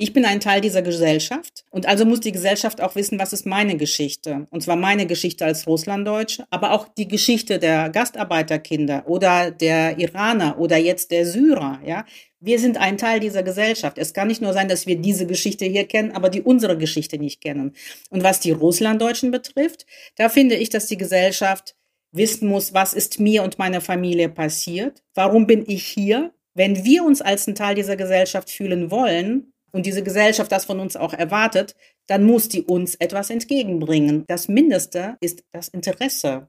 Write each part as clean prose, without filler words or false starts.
Ich bin ein Teil dieser Gesellschaft und also muss die Gesellschaft auch wissen, was ist meine Geschichte. Und zwar meine Geschichte als Russlanddeutsche, aber auch die Geschichte der Gastarbeiterkinder oder der Iraner oder jetzt der Syrer, ja. Wir sind ein Teil dieser Gesellschaft. Es kann nicht nur sein, dass wir diese Geschichte hier kennen, aber die unsere Geschichte nicht kennen. Und was die Russlanddeutschen betrifft, da finde ich, dass die Gesellschaft wissen muss, was ist mir und meiner Familie passiert? Warum bin ich hier? Wenn wir uns als ein Teil dieser Gesellschaft fühlen wollen und diese Gesellschaft das von uns auch erwartet, dann muss die uns etwas entgegenbringen. Das Mindeste ist das Interesse.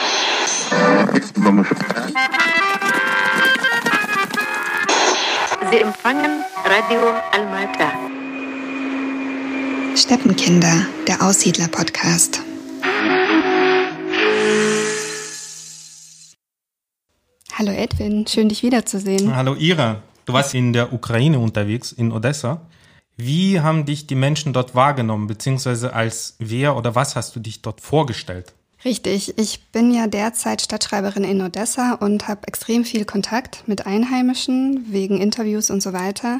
Sie empfangen Radio Almata. Steppenkinder, der Aussiedler-Podcast. Hallo Edwin, schön dich wiederzusehen. Hallo Ira, du warst in der Ukraine unterwegs, in Odessa. Wie haben dich die Menschen dort wahrgenommen, beziehungsweise als wer oder was hast du dich dort vorgestellt? Richtig, ich bin ja derzeit Stadtschreiberin in Odessa und habe extrem viel Kontakt mit Einheimischen wegen Interviews und so weiter.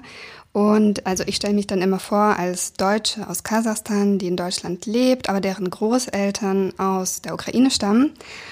Und also ich stelle mich dann immer vor als Deutsche aus Kasachstan, die in Deutschland lebt, aber deren Großeltern aus der Ukraine stammen.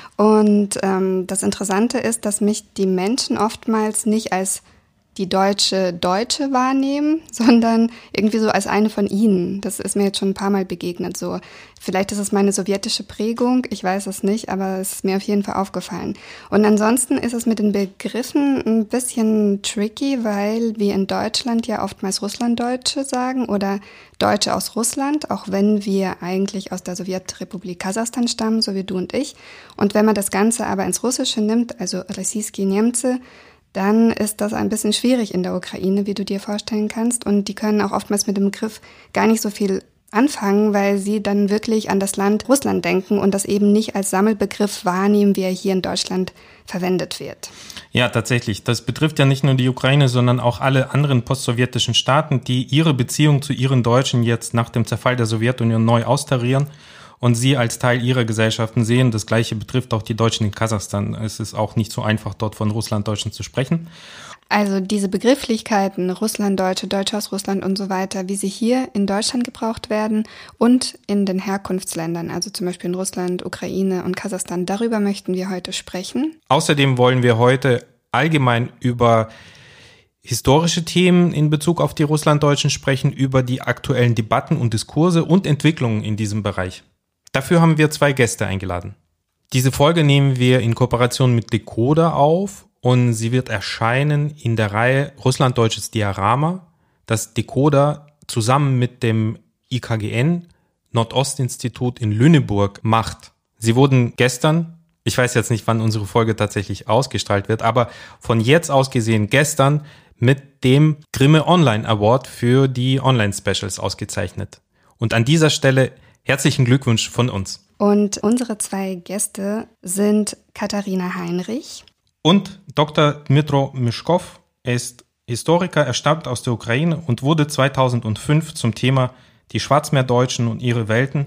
Und das Interessante ist, dass mich die Menschen oftmals nicht als die Deutsche wahrnehmen, sondern irgendwie so als eine von ihnen. Das ist mir jetzt schon ein paar Mal begegnet. So, vielleicht ist es meine sowjetische Prägung, ich weiß es nicht, aber es ist mir auf jeden Fall aufgefallen. Und ansonsten ist es mit den Begriffen ein bisschen tricky, weil wir in Deutschland ja oftmals Russlanddeutsche sagen oder Deutsche aus Russland, auch wenn wir eigentlich aus der Sowjetrepublik Kasachstan stammen, so wie du und ich. Und wenn man das Ganze aber ins Russische nimmt, also Российские немцы, dann ist das ein bisschen schwierig in der Ukraine, wie du dir vorstellen kannst. Und die können auch oftmals mit dem Begriff gar nicht so viel anfangen, weil sie dann wirklich an das Land Russland denken und das eben nicht als Sammelbegriff wahrnehmen, wie er hier in Deutschland verwendet wird. Ja, tatsächlich. Das betrifft ja nicht nur die Ukraine, sondern auch alle anderen postsowjetischen Staaten, die ihre Beziehung zu ihren Deutschen jetzt nach dem Zerfall der Sowjetunion neu austarieren und sie als Teil ihrer Gesellschaften sehen. Das Gleiche betrifft auch die Deutschen in Kasachstan. Es ist auch nicht so einfach, dort von Russlanddeutschen zu sprechen. Also diese Begrifflichkeiten, Russlanddeutsche, Deutsche aus Russland und so weiter, wie sie hier in Deutschland gebraucht werden und in den Herkunftsländern, also zum Beispiel in Russland, Ukraine und Kasachstan, darüber möchten wir heute sprechen. Außerdem wollen wir heute allgemein über historische Themen in Bezug auf die Russlanddeutschen sprechen, über die aktuellen Debatten und Diskurse und Entwicklungen in diesem Bereich. Dafür haben wir 2 Gäste eingeladen. Diese Folge nehmen wir in Kooperation mit Decoder auf und sie wird erscheinen in der Reihe Russlanddeutsches Diorama, das Decoder zusammen mit dem IKGN Nordostinstitut in Lüneburg macht. Sie wurden gestern, ich weiß jetzt nicht, wann unsere Folge tatsächlich ausgestrahlt wird, aber von jetzt aus gesehen gestern mit dem Grimme Online Award für die Online-Specials ausgezeichnet. Und an dieser Stelle herzlichen Glückwunsch von uns. Und unsere 2 Gäste sind Katharina Heinrich und Dr. Dmytro Mischkov. Er ist Historiker, er stammt aus der Ukraine und wurde 2005 zum Thema Die Schwarzmeerdeutschen und ihre Welten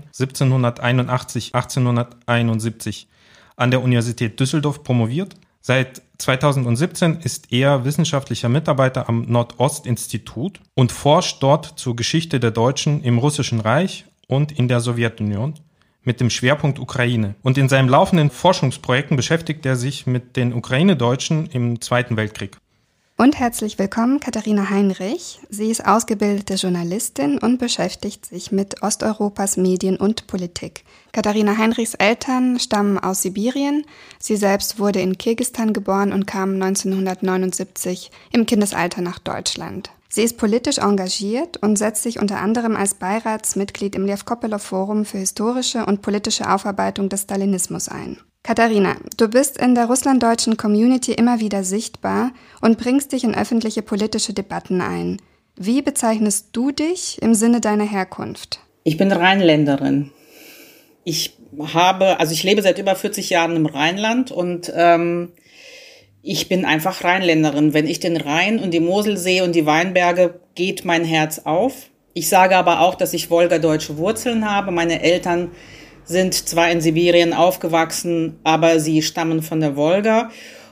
1781-1871 an der Universität Düsseldorf promoviert. Seit 2017 ist er wissenschaftlicher Mitarbeiter am Nordostinstitut und forscht dort zur Geschichte der Deutschen im Russischen Reich und in der Sowjetunion mit dem Schwerpunkt Ukraine. Und in seinen laufenden Forschungsprojekten beschäftigt er sich mit den Ukraine-Deutschen im Zweiten Weltkrieg. Und herzlich willkommen Katharina Heinrich. Sie ist ausgebildete Journalistin und beschäftigt sich mit Osteuropas Medien und Politik. Katharina Heinrichs Eltern stammen aus Sibirien. Sie selbst wurde in Kirgisistan geboren und kam 1979 im Kindesalter nach Deutschland. Sie ist politisch engagiert und setzt sich unter anderem als Beiratsmitglied im Lev-Kopelow-Forum für historische und politische Aufarbeitung des Stalinismus ein. Katharina, du bist in der russlanddeutschen Community immer wieder sichtbar und bringst dich in öffentliche politische Debatten ein. Wie bezeichnest du dich im Sinne deiner Herkunft? Ich bin Rheinländerin. Ich lebe seit über 40 Jahren im Rheinland und ich bin einfach Rheinländerin. Wenn ich den Rhein und die Mosel sehe und die Weinberge, geht mein Herz auf. Ich sage aber auch, dass ich wolgadeutsche Wurzeln habe. Meine Eltern sind zwar in Sibirien aufgewachsen, aber sie stammen von der Wolga.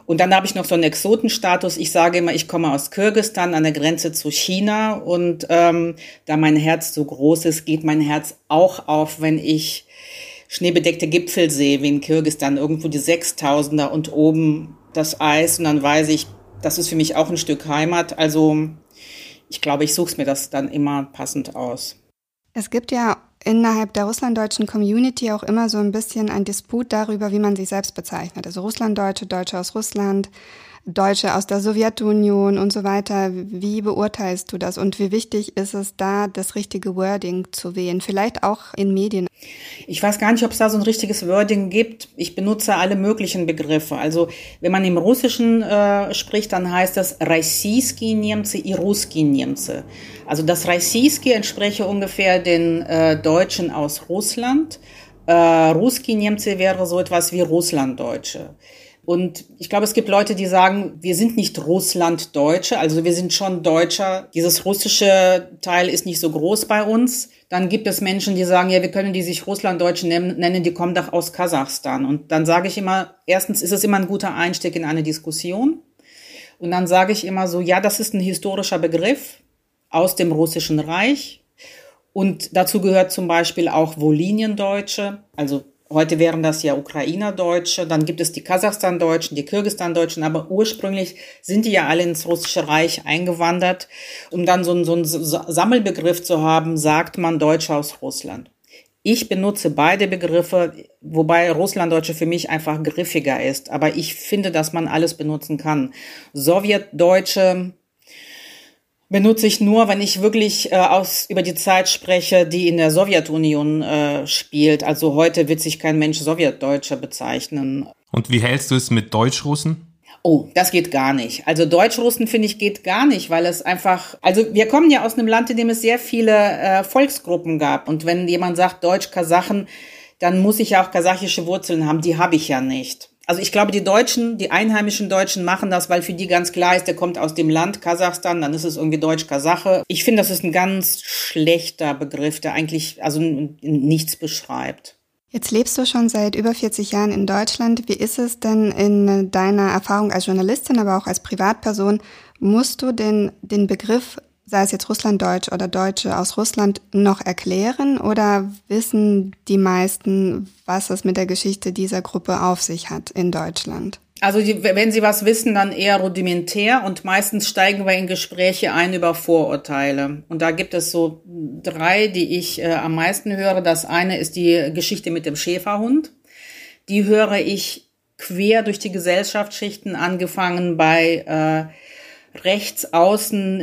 Und dann habe ich noch so einen Exotenstatus. Ich sage immer, ich komme aus Kirgisistan an der Grenze zu China. Und da mein Herz so groß ist, geht mein Herz auch auf, wenn ich schneebedeckte Gipfel sehe, wie in Kirgisistan, irgendwo die 6000er und oben das Eis. Und dann weiß ich, das ist für mich auch ein Stück Heimat. Also ich glaube, ich suche es mir das dann immer passend aus. Es gibt ja innerhalb der russlanddeutschen Community auch immer so ein bisschen ein Disput darüber, wie man sich selbst bezeichnet. Also Russlanddeutsche, Deutsche aus Russland, Deutsche aus der Sowjetunion und so weiter. Wie beurteilst du das und wie wichtig ist es da, das richtige Wording zu wählen? Vielleicht auch in Medien. Ich weiß gar nicht, ob es da so ein richtiges Wording gibt. Ich benutze alle möglichen Begriffe. Also wenn man im Russischen spricht, dann heißt das Российские немцы и русские немцы. Also das Российские entspreche ungefähr den Deutschen aus Russland. Русские немцы wäre so etwas wie Russlanddeutsche. Und ich glaube, es gibt Leute, die sagen, wir sind nicht Russlanddeutsche, also wir sind schon Deutscher. Dieses russische Teil ist nicht so groß bei uns. Dann gibt es Menschen, die sagen, ja, wir können die sich Russlanddeutsche nennen, die kommen doch aus Kasachstan. Und dann sage ich immer, erstens ist es immer ein guter Einstieg in eine Diskussion. Und dann sage ich immer so, ja, das ist ein historischer Begriff aus dem Russischen Reich. Und dazu gehört zum Beispiel auch Voliniendeutsche, also heute wären das ja Ukrainerdeutsche, dann gibt es die Kasachstan-Deutschen, die Kirgisistan-Deutschen, aber ursprünglich sind die ja alle ins Russische Reich eingewandert. Um dann so einen Sammelbegriff zu haben, sagt man Deutsche aus Russland. Ich benutze beide Begriffe, wobei Russlanddeutsche für mich einfach griffiger ist. Aber ich finde, dass man alles benutzen kann. Sowjetdeutsche benutze ich nur, wenn ich wirklich über die Zeit spreche, die in der Sowjetunion spielt. Also heute wird sich kein Mensch Sowjetdeutscher bezeichnen. Und wie hältst du es mit Deutschrussen? Oh, das geht gar nicht. Also Deutschrussen, finde ich, geht gar nicht, weil es einfach, also wir kommen ja aus einem Land, in dem es sehr viele Volksgruppen gab. Und wenn jemand sagt Deutsch-Kasachen, dann muss ich ja auch kasachische Wurzeln haben. Die habe ich ja nicht. Also ich glaube, die Deutschen, die einheimischen Deutschen machen das, weil für die ganz klar ist, der kommt aus dem Land Kasachstan, dann ist es irgendwie Deutsch-Kasache. Ich finde, das ist ein ganz schlechter Begriff, der eigentlich also nichts beschreibt. Jetzt lebst du schon seit über 40 Jahren in Deutschland. Wie ist es denn in deiner Erfahrung als Journalistin, aber auch als Privatperson? Musst du den Begriff, sei es jetzt Russlanddeutsch oder Deutsche aus Russland, noch erklären oder wissen die meisten, was es mit der Geschichte dieser Gruppe auf sich hat in Deutschland? Also wenn sie was wissen, dann eher rudimentär und meistens steigen wir in Gespräche ein über Vorurteile. Und da gibt es so 3, die ich am meisten höre. Das eine ist die Geschichte mit dem Schäferhund. Die höre ich quer durch die Gesellschaftsschichten, angefangen bei rechts außen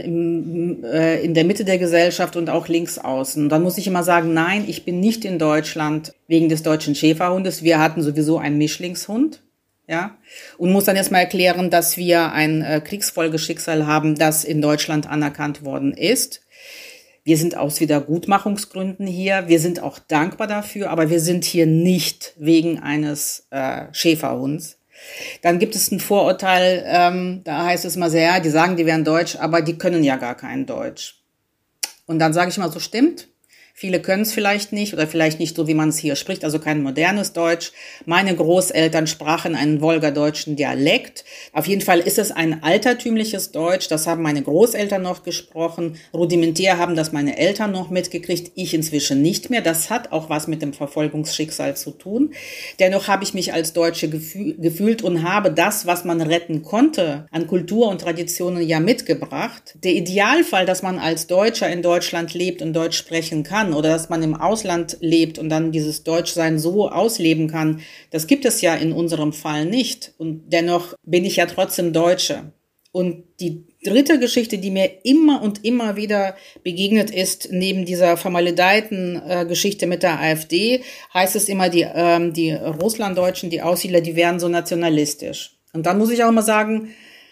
in der Mitte der Gesellschaft und auch links außen. Dann muss ich immer sagen, nein, ich bin nicht in Deutschland wegen des deutschen Schäferhundes. Wir hatten sowieso einen Mischlingshund, ja, und muss dann erstmal erklären, dass wir ein Kriegsfolgeschicksal haben, das in Deutschland anerkannt worden ist. Wir sind aus Wiedergutmachungsgründen hier. Wir sind auch dankbar dafür, aber wir sind hier nicht wegen eines Schäferhunds. Dann gibt es ein Vorurteil, da heißt es mal sehr, ja, die sagen, die wären Deutsch, aber die können ja gar kein Deutsch. Und dann sage ich mal, so stimmt. Viele können es vielleicht nicht oder vielleicht nicht so, wie man es hier spricht, also kein modernes Deutsch. Meine Großeltern sprachen einen wolgadeutschen Dialekt. Auf jeden Fall ist es ein altertümliches Deutsch. Das haben meine Großeltern noch gesprochen. Rudimentär haben das meine Eltern noch mitgekriegt. Ich inzwischen nicht mehr. Das hat auch was mit dem Verfolgungsschicksal zu tun. Dennoch habe ich mich als Deutsche gefühlt und habe das, was man retten konnte, an Kultur und Traditionen ja mitgebracht. Der Idealfall, dass man als Deutscher in Deutschland lebt und Deutsch sprechen kann, oder dass man im Ausland lebt und dann dieses Deutschsein so ausleben kann, das gibt es ja in unserem Fall nicht. Und dennoch bin ich ja trotzdem Deutsche. Und die 3. Geschichte, die mir immer und immer wieder begegnet ist, neben dieser vermaledeiten Geschichte mit der AfD, heißt es immer, die Russlanddeutschen, die Aussiedler, die wären so nationalistisch. Und dann muss ich auch immer sagen,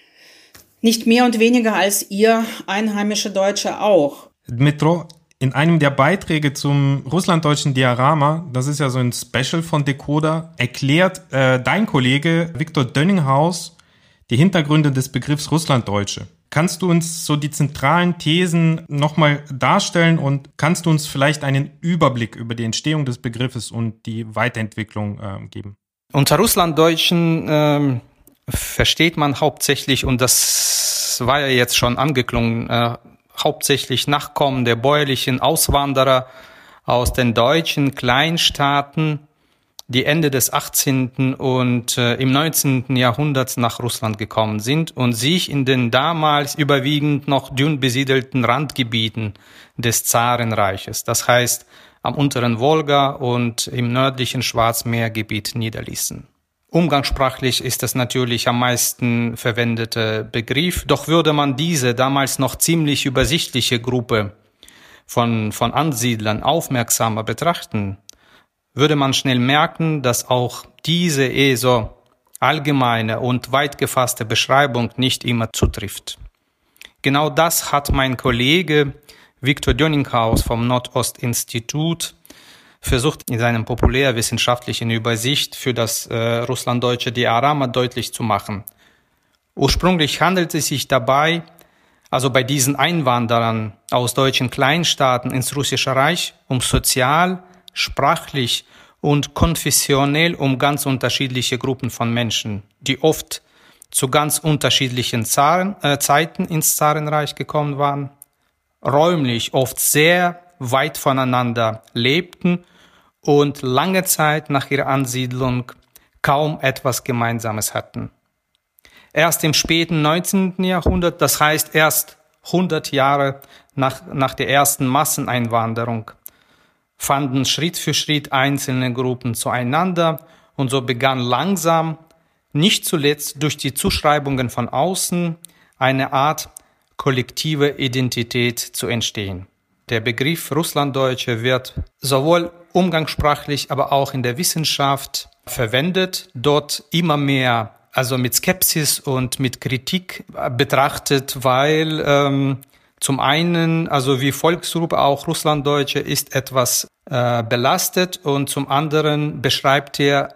nicht mehr und weniger als ihr einheimische Deutsche auch. Dmitro, in einem der Beiträge zum russlanddeutschen Diorama, das ist ja so ein Special von Decoder, erklärt dein Kollege Viktor Dönninghaus die Hintergründe des Begriffs Russlanddeutsche. Kannst du uns so die zentralen Thesen nochmal darstellen und kannst du uns vielleicht einen Überblick über die Entstehung des Begriffes und die Weiterentwicklung geben? Unter Russlanddeutschen versteht man hauptsächlich, und das war ja jetzt schon angeklungen, hauptsächlich Nachkommen der bäuerlichen Auswanderer aus den deutschen Kleinstaaten, die Ende des 18. und im 19. Jahrhundert nach Russland gekommen sind und sich in den damals überwiegend noch dünn besiedelten Randgebieten des Zarenreiches, das heißt am unteren Wolga und im nördlichen Schwarzmeergebiet niederließen. Umgangssprachlich ist das natürlich am meisten verwendete Begriff, doch würde man diese damals noch ziemlich übersichtliche Gruppe von Ansiedlern aufmerksamer betrachten, würde man schnell merken, dass auch diese so allgemeine und weit gefasste Beschreibung nicht immer zutrifft. Genau das hat mein Kollege Viktor Dönninghaus vom Nordost-Institut versucht, in seinem populärwissenschaftlichen Übersicht für das russlanddeutsche Diorama deutlich zu machen. Ursprünglich handelt es sich dabei, also bei diesen Einwanderern aus deutschen Kleinstaaten ins Russische Reich, um sozial, sprachlich und konfessionell um ganz unterschiedliche Gruppen von Menschen, die oft zu ganz unterschiedlichen Zeiten ins Zarenreich gekommen waren, räumlich oft sehr weit voneinander lebten und lange Zeit nach ihrer Ansiedlung kaum etwas Gemeinsames hatten. Erst im späten 19. Jahrhundert, das heißt erst 100 Jahre nach der ersten Masseneinwanderung, fanden Schritt für Schritt einzelne Gruppen zueinander und so begann langsam, nicht zuletzt durch die Zuschreibungen von außen, eine Art kollektive Identität zu entstehen. Der Begriff Russlanddeutsche wird sowohl umgangssprachlich, aber auch in der Wissenschaft verwendet, dort immer mehr, also mit Skepsis und mit Kritik betrachtet, weil zum einen, also wie Volksgruppe auch Russlanddeutsche ist etwas belastet und zum anderen beschreibt er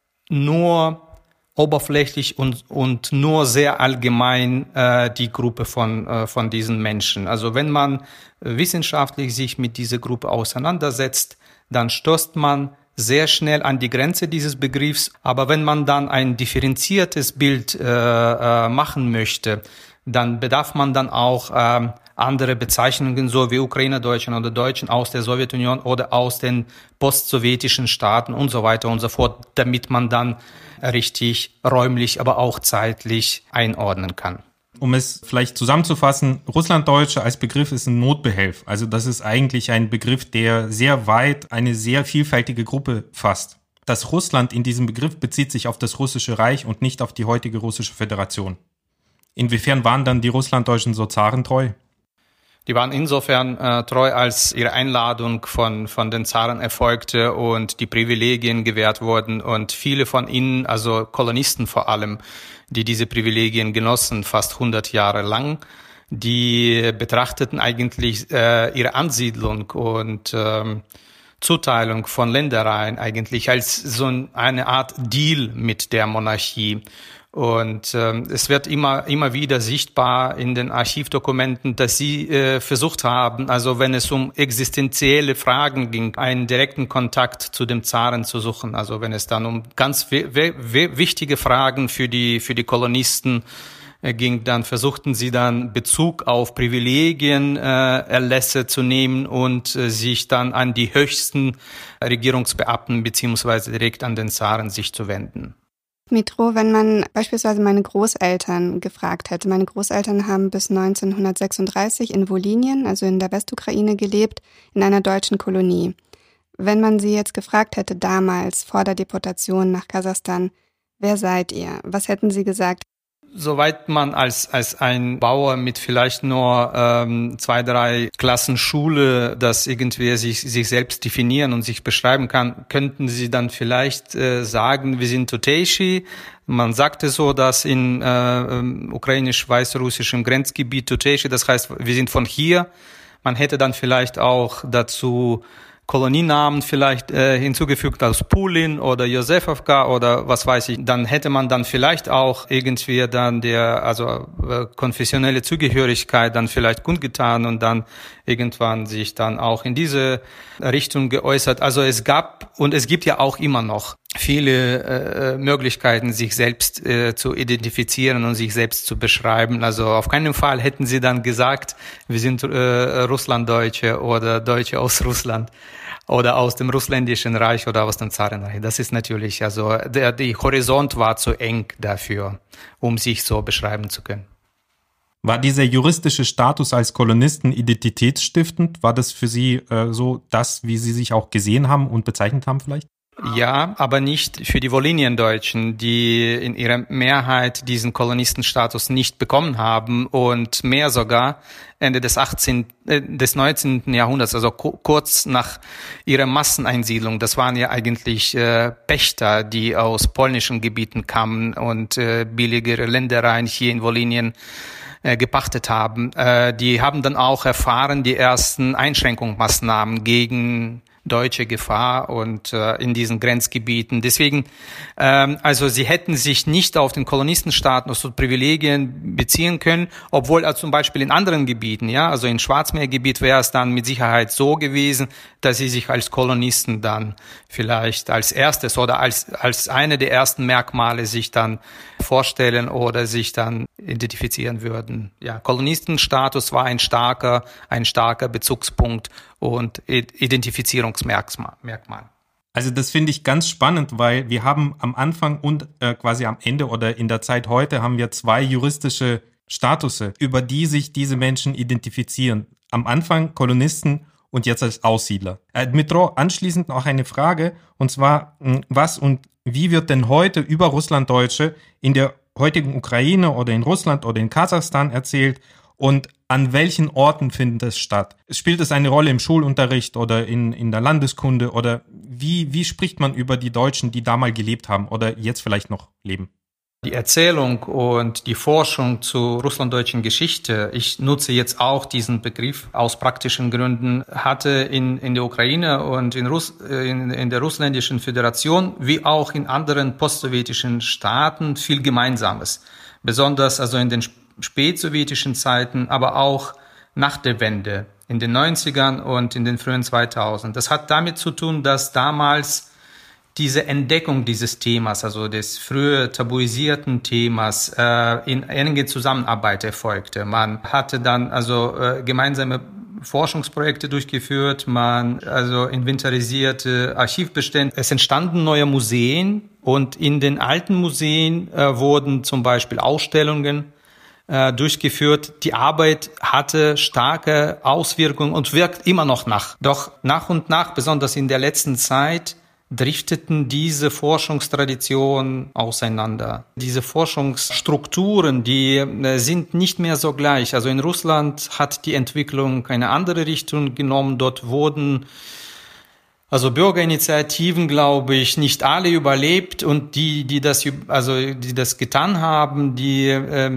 nur oberflächlich und nur sehr allgemein die Gruppe von diesen Menschen. Also wenn man wissenschaftlich sich mit dieser Gruppe auseinandersetzt, dann stößt man sehr schnell an die Grenze dieses Begriffs. Aber wenn man dann ein differenziertes Bild machen möchte, dann bedarf man dann auch andere Bezeichnungen, so wie Ukrainer-Deutschen oder Deutschen aus der Sowjetunion oder aus den postsowjetischen Staaten und so weiter und so fort, damit man dann richtig räumlich, aber auch zeitlich einordnen kann. Um es vielleicht zusammenzufassen, Russlanddeutsche als Begriff ist ein Notbehelf. Also das ist eigentlich ein Begriff, der sehr weit eine sehr vielfältige Gruppe fasst. Das Russland in diesem Begriff bezieht sich auf das Russische Reich und nicht auf die heutige Russische Föderation. Inwiefern waren dann die Russlanddeutschen so zarentreu? Die waren insofern treu, als ihre Einladung von den Zaren erfolgte und die Privilegien gewährt wurden. Und viele von ihnen, also Kolonisten vor allem, die diese Privilegien genossen, fast 100 Jahre lang, die betrachteten eigentlich ihre Ansiedlung und Zuteilung von Ländereien eigentlich als so eine Art Deal mit der Monarchie. Und es wird immer wieder sichtbar in den Archivdokumenten, dass sie versucht haben, also wenn es um existenzielle Fragen ging, einen direkten Kontakt zu dem Zaren zu suchen. Also wenn es dann um ganz wichtige Fragen für die Kolonisten ging, dann versuchten sie dann Bezug auf Privilegien, Erlässe zu nehmen und sich dann an die höchsten Regierungsbeamten beziehungsweise direkt an den Zaren sich zu wenden. Dmytro, wenn man beispielsweise meine Großeltern gefragt hätte. Meine Großeltern haben bis 1936 in Wolinien, also in der Westukraine, gelebt, in einer deutschen Kolonie. Wenn man sie jetzt gefragt hätte damals, vor der Deportation nach Kasachstan, wer seid ihr? Was hätten sie gesagt? Soweit man als ein Bauer mit vielleicht nur 2, 3 Klassen Schule das irgendwie sich selbst definieren und sich beschreiben kann, könnten sie dann vielleicht sagen, wir sind Tuteishi. Man sagte so, dass in ukrainisch-weißrussischem Grenzgebiet Tuteishi, das heißt, wir sind von hier. Man hätte dann vielleicht auch dazu Kolonienamen vielleicht hinzugefügt als Pulin oder Josefovka oder was weiß ich, dann hätte man dann vielleicht auch irgendwie dann konfessionelle Zugehörigkeit dann vielleicht kundgetan und dann irgendwann sich dann auch in diese Richtung geäußert. Also es gab und es gibt ja auch immer noch viele Möglichkeiten, sich selbst zu identifizieren und sich selbst zu beschreiben. Also auf keinen Fall hätten sie dann gesagt, wir sind Russlanddeutsche oder Deutsche aus Russland oder aus dem Russländischen Reich oder aus dem Zarenreich. Das ist natürlich, also der Horizont war zu eng dafür, um sich so beschreiben zu können. War dieser juristische Status als Kolonisten identitätsstiftend? War das für Sie so das, wie Sie sich auch gesehen haben und bezeichnet haben vielleicht? Ja, aber nicht für die Volhyniendeutschen, die in ihrer Mehrheit diesen Kolonistenstatus nicht bekommen haben und mehr sogar Ende des 19. Jahrhunderts, also kurz nach ihrer Masseneinsiedlung. Das waren ja eigentlich Pächter, die aus polnischen Gebieten kamen und billigere Ländereien hier in Volynien gepachtet haben. Die haben dann auch erfahren, die ersten Einschränkungsmaßnahmen gegen deutsche Gefahr und in diesen Grenzgebieten. Deswegen, also sie hätten sich nicht auf den Kolonistenstatus und Privilegien beziehen können, obwohl also zum Beispiel in anderen Gebieten, ja, also im Schwarzmeergebiet wäre es dann mit Sicherheit so gewesen, dass sie sich als Kolonisten dann vielleicht als erstes oder als eine der ersten Merkmale sich dann vorstellen oder sich dann identifizieren würden. Ja, Kolonistenstatus war ein starker Bezugspunkt und Identifizierungsmerkmal. Also das finde ich ganz spannend, weil wir haben am Anfang und quasi am Ende oder in der Zeit heute haben wir zwei juristische Statusse, über die sich diese Menschen identifizieren. Am Anfang Kolonisten und jetzt als Aussiedler. Dmitro, anschließend noch eine Frage, und zwar, was und wie wird denn heute über Russlanddeutsche in der heutigen Ukraine oder in Russland oder in Kasachstan erzählt und an welchen Orten findet es statt? Spielt es eine Rolle im Schulunterricht oder in der Landeskunde oder wie spricht man über die Deutschen, die da mal gelebt haben oder jetzt vielleicht noch leben? Die Erzählung und die Forschung zur russlanddeutschen Geschichte, ich nutze jetzt auch diesen Begriff aus praktischen Gründen, hatte in der Ukraine und in der Russländischen Föderation wie auch in anderen postsowjetischen Staaten viel Gemeinsames. Besonders also in den spätsowjetischen Zeiten, aber auch nach der Wende in den 90ern und in den frühen 2000. Das hat damit zu tun, dass damals diese Entdeckung dieses Themas, also des früher tabuisierten Themas, in enge Zusammenarbeit erfolgte. Man hatte dann also gemeinsame Forschungsprojekte durchgeführt, man also inventarisierte Archivbestände. Es entstanden neue Museen und in den alten Museen wurden zum Beispiel Ausstellungen durchgeführt. Die Arbeit hatte starke Auswirkungen und wirkt immer noch nach. Doch nach und nach, besonders in der letzten Zeit, drifteten diese Forschungstraditionen auseinander. Diese Forschungsstrukturen, die sind nicht mehr so gleich. Also in Russland hat die Entwicklung eine andere Richtung genommen. Dort wurden also Bürgerinitiativen, glaube ich, nicht alle überlebt und die das getan haben, die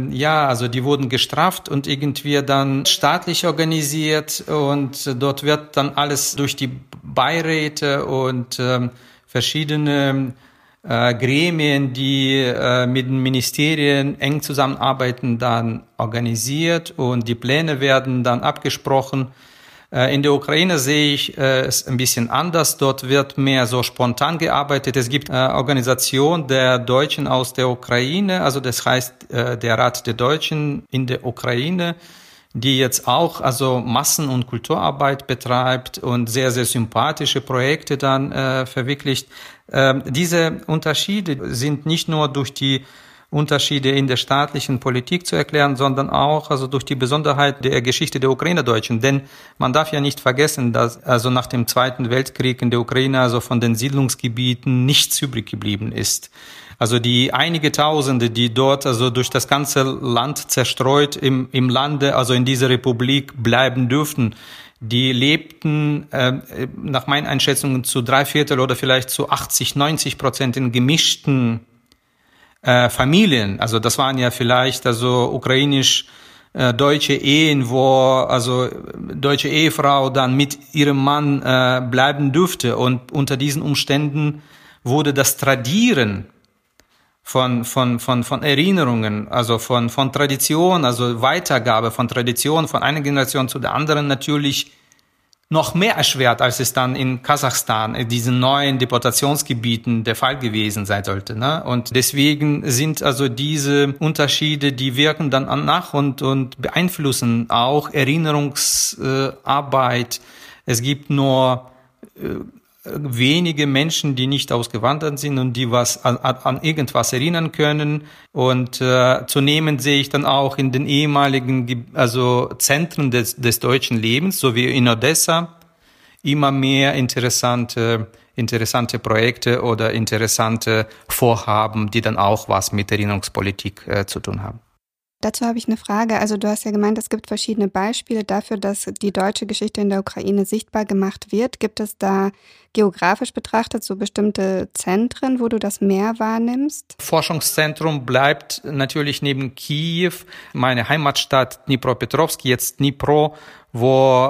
wurden gestraft und irgendwie dann staatlich organisiert und dort wird dann alles durch die Beiräte und verschiedene Gremien, die mit den Ministerien eng zusammenarbeiten, dann organisiert und die Pläne werden dann abgesprochen. In der Ukraine sehe ich es ein bisschen anders. Dort wird mehr so spontan gearbeitet. Es gibt Organisation der Deutschen aus der Ukraine, also das heißt der Rat der Deutschen in der Ukraine, die jetzt auch also Massen- und Kulturarbeit betreibt und sehr, sehr sympathische Projekte dann verwirklicht. Diese Unterschiede sind nicht nur durch die Unterschiede in der staatlichen Politik zu erklären, sondern auch also durch die Besonderheit der Geschichte der Ukrainer-Deutschen. Denn man darf ja nicht vergessen, dass also nach dem Zweiten Weltkrieg in der Ukraine also von den Siedlungsgebieten nichts übrig geblieben ist. Also die einige Tausende, die dort also durch das ganze Land zerstreut im Lande, also in dieser Republik bleiben dürften, die lebten nach meinen Einschätzungen zu 3/4 oder vielleicht zu 80-90% in gemischten Familien. Also das waren ja vielleicht also ukrainisch-deutsche Ehen, wo also deutsche Ehefrau dann mit ihrem Mann bleiben dürfte. Und unter diesen Umständen wurde das Tradieren von Erinnerungen, also von Tradition, also Weitergabe von Tradition von einer Generation zu der anderen natürlich noch mehr erschwert, als es dann in Kasachstan, in diesen neuen Deportationsgebieten der Fall gewesen sein sollte. Ne? Und deswegen sind also diese Unterschiede, die wirken dann nach und beeinflussen auch Erinnerungsarbeit. Es gibt nur wenige Menschen, die nicht ausgewandert sind und die was an irgendwas erinnern können. Und zunehmend sehe ich dann auch in den ehemaligen Zentren des deutschen Lebens, so wie in Odessa, immer mehr interessante Projekte oder interessante Vorhaben, die dann auch was mit Erinnerungspolitik zu tun haben. Dazu habe ich eine Frage. Also du hast ja gemeint, es gibt verschiedene Beispiele dafür, dass die deutsche Geschichte in der Ukraine sichtbar gemacht wird. Gibt es da geografisch betrachtet so bestimmte Zentren, wo du das mehr wahrnimmst? Forschungszentrum bleibt natürlich neben Kiew meine Heimatstadt Dnipropetrovsk, jetzt Dnipro, wo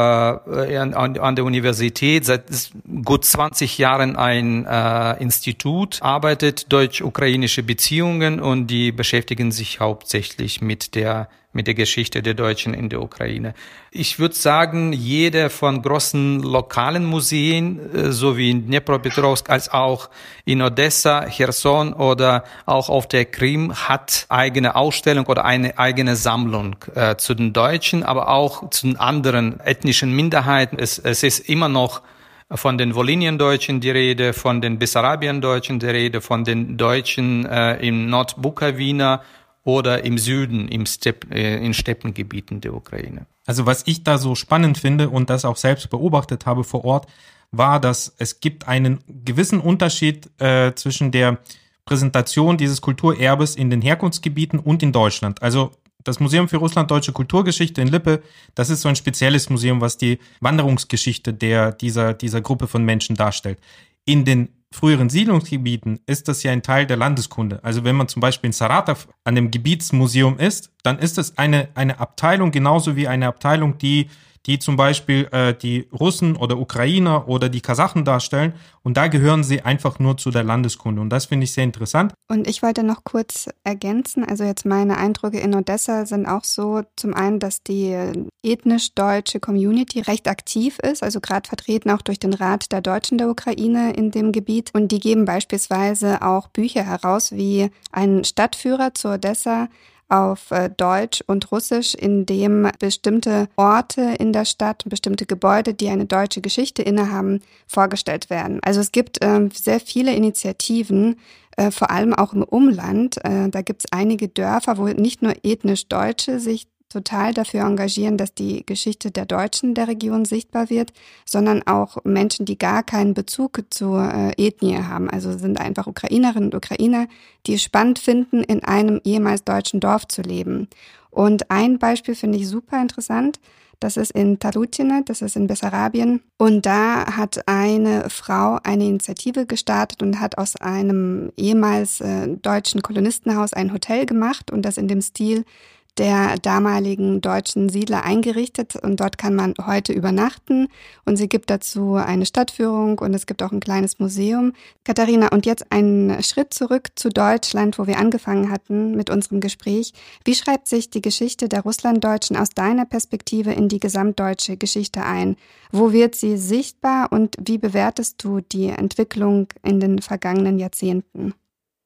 an der Universität seit gut 20 Jahren ein Institut arbeitet, deutsch-ukrainische Beziehungen, und die beschäftigen sich hauptsächlich mit der Geschichte der Deutschen in der Ukraine. Ich würde sagen, jeder von großen lokalen Museen, so wie in Dnipropetrovsk als auch in Odessa, Cherson oder auch auf der Krim, hat eigene Ausstellung oder eine eigene Sammlung zu den Deutschen, aber auch zu den anderen ethnischen Minderheiten. Es ist immer noch von den Volynien-Deutschen die Rede, von den Bessarabien-Deutschen die Rede, von den Deutschen im Nordbukawina oder im Süden, in Steppengebieten der Ukraine. Also was ich da so spannend finde und das auch selbst beobachtet habe vor Ort, war, dass es gibt einen gewissen Unterschied zwischen der Präsentation dieses Kulturerbes in den Herkunftsgebieten und in Deutschland. Also das Museum für Russlanddeutsche Kulturgeschichte in Lippe, das ist so ein spezielles Museum, was die Wanderungsgeschichte dieser Gruppe von Menschen darstellt. In den früheren Siedlungsgebieten ist das ja ein Teil der Landeskunde. Also wenn man zum Beispiel in Saratow an dem Gebietsmuseum ist, dann ist es eine Abteilung, genauso wie eine Abteilung, die zum Beispiel die Russen oder Ukrainer oder die Kasachen darstellen. Und da gehören sie einfach nur zu der Landeskunde. Und das finde ich sehr interessant. Und ich wollte noch kurz ergänzen, also jetzt meine Eindrücke in Odessa sind auch so, zum einen, dass die ethnisch deutsche Community recht aktiv ist, also gerade vertreten auch durch den Rat der Deutschen der Ukraine in dem Gebiet. Und die geben beispielsweise auch Bücher heraus, wie ein Stadtführer zu Odessa auf Deutsch und Russisch, in dem bestimmte Orte in der Stadt, bestimmte Gebäude, die eine deutsche Geschichte innehaben, vorgestellt werden. Also es gibt sehr viele Initiativen, vor allem auch im Umland. Da gibt es einige Dörfer, wo nicht nur ethnisch Deutsche sich total dafür engagieren, dass die Geschichte der Deutschen der Region sichtbar wird, sondern auch Menschen, die gar keinen Bezug zur Ethnie haben. Also sind einfach Ukrainerinnen und Ukrainer, die es spannend finden, in einem ehemals deutschen Dorf zu leben. Und ein Beispiel finde ich super interessant. Das ist in Tarutine, das ist in Bessarabien. Und da hat eine Frau eine Initiative gestartet und hat aus einem ehemals deutschen Kolonistenhaus ein Hotel gemacht und das in dem Stil der damaligen deutschen Siedler eingerichtet, und dort kann man heute übernachten, und sie gibt dazu eine Stadtführung und es gibt auch ein kleines Museum. Katharina, und jetzt einen Schritt zurück zu Deutschland, wo wir angefangen hatten mit unserem Gespräch. Wie schreibt sich die Geschichte der Russlanddeutschen aus deiner Perspektive in die gesamtdeutsche Geschichte ein? Wo wird sie sichtbar und wie bewertest du die Entwicklung in den vergangenen Jahrzehnten?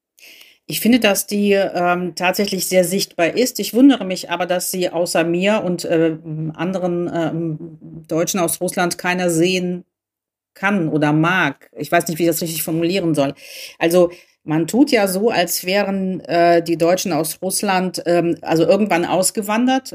Ich finde, dass die tatsächlich sehr sichtbar ist. Ich wundere mich aber, dass sie außer mir und anderen Deutschen aus Russland keiner sehen kann oder mag. Ich weiß nicht, wie ich das richtig formulieren soll. Also man tut ja so, als wären die Deutschen aus Russland also irgendwann ausgewandert,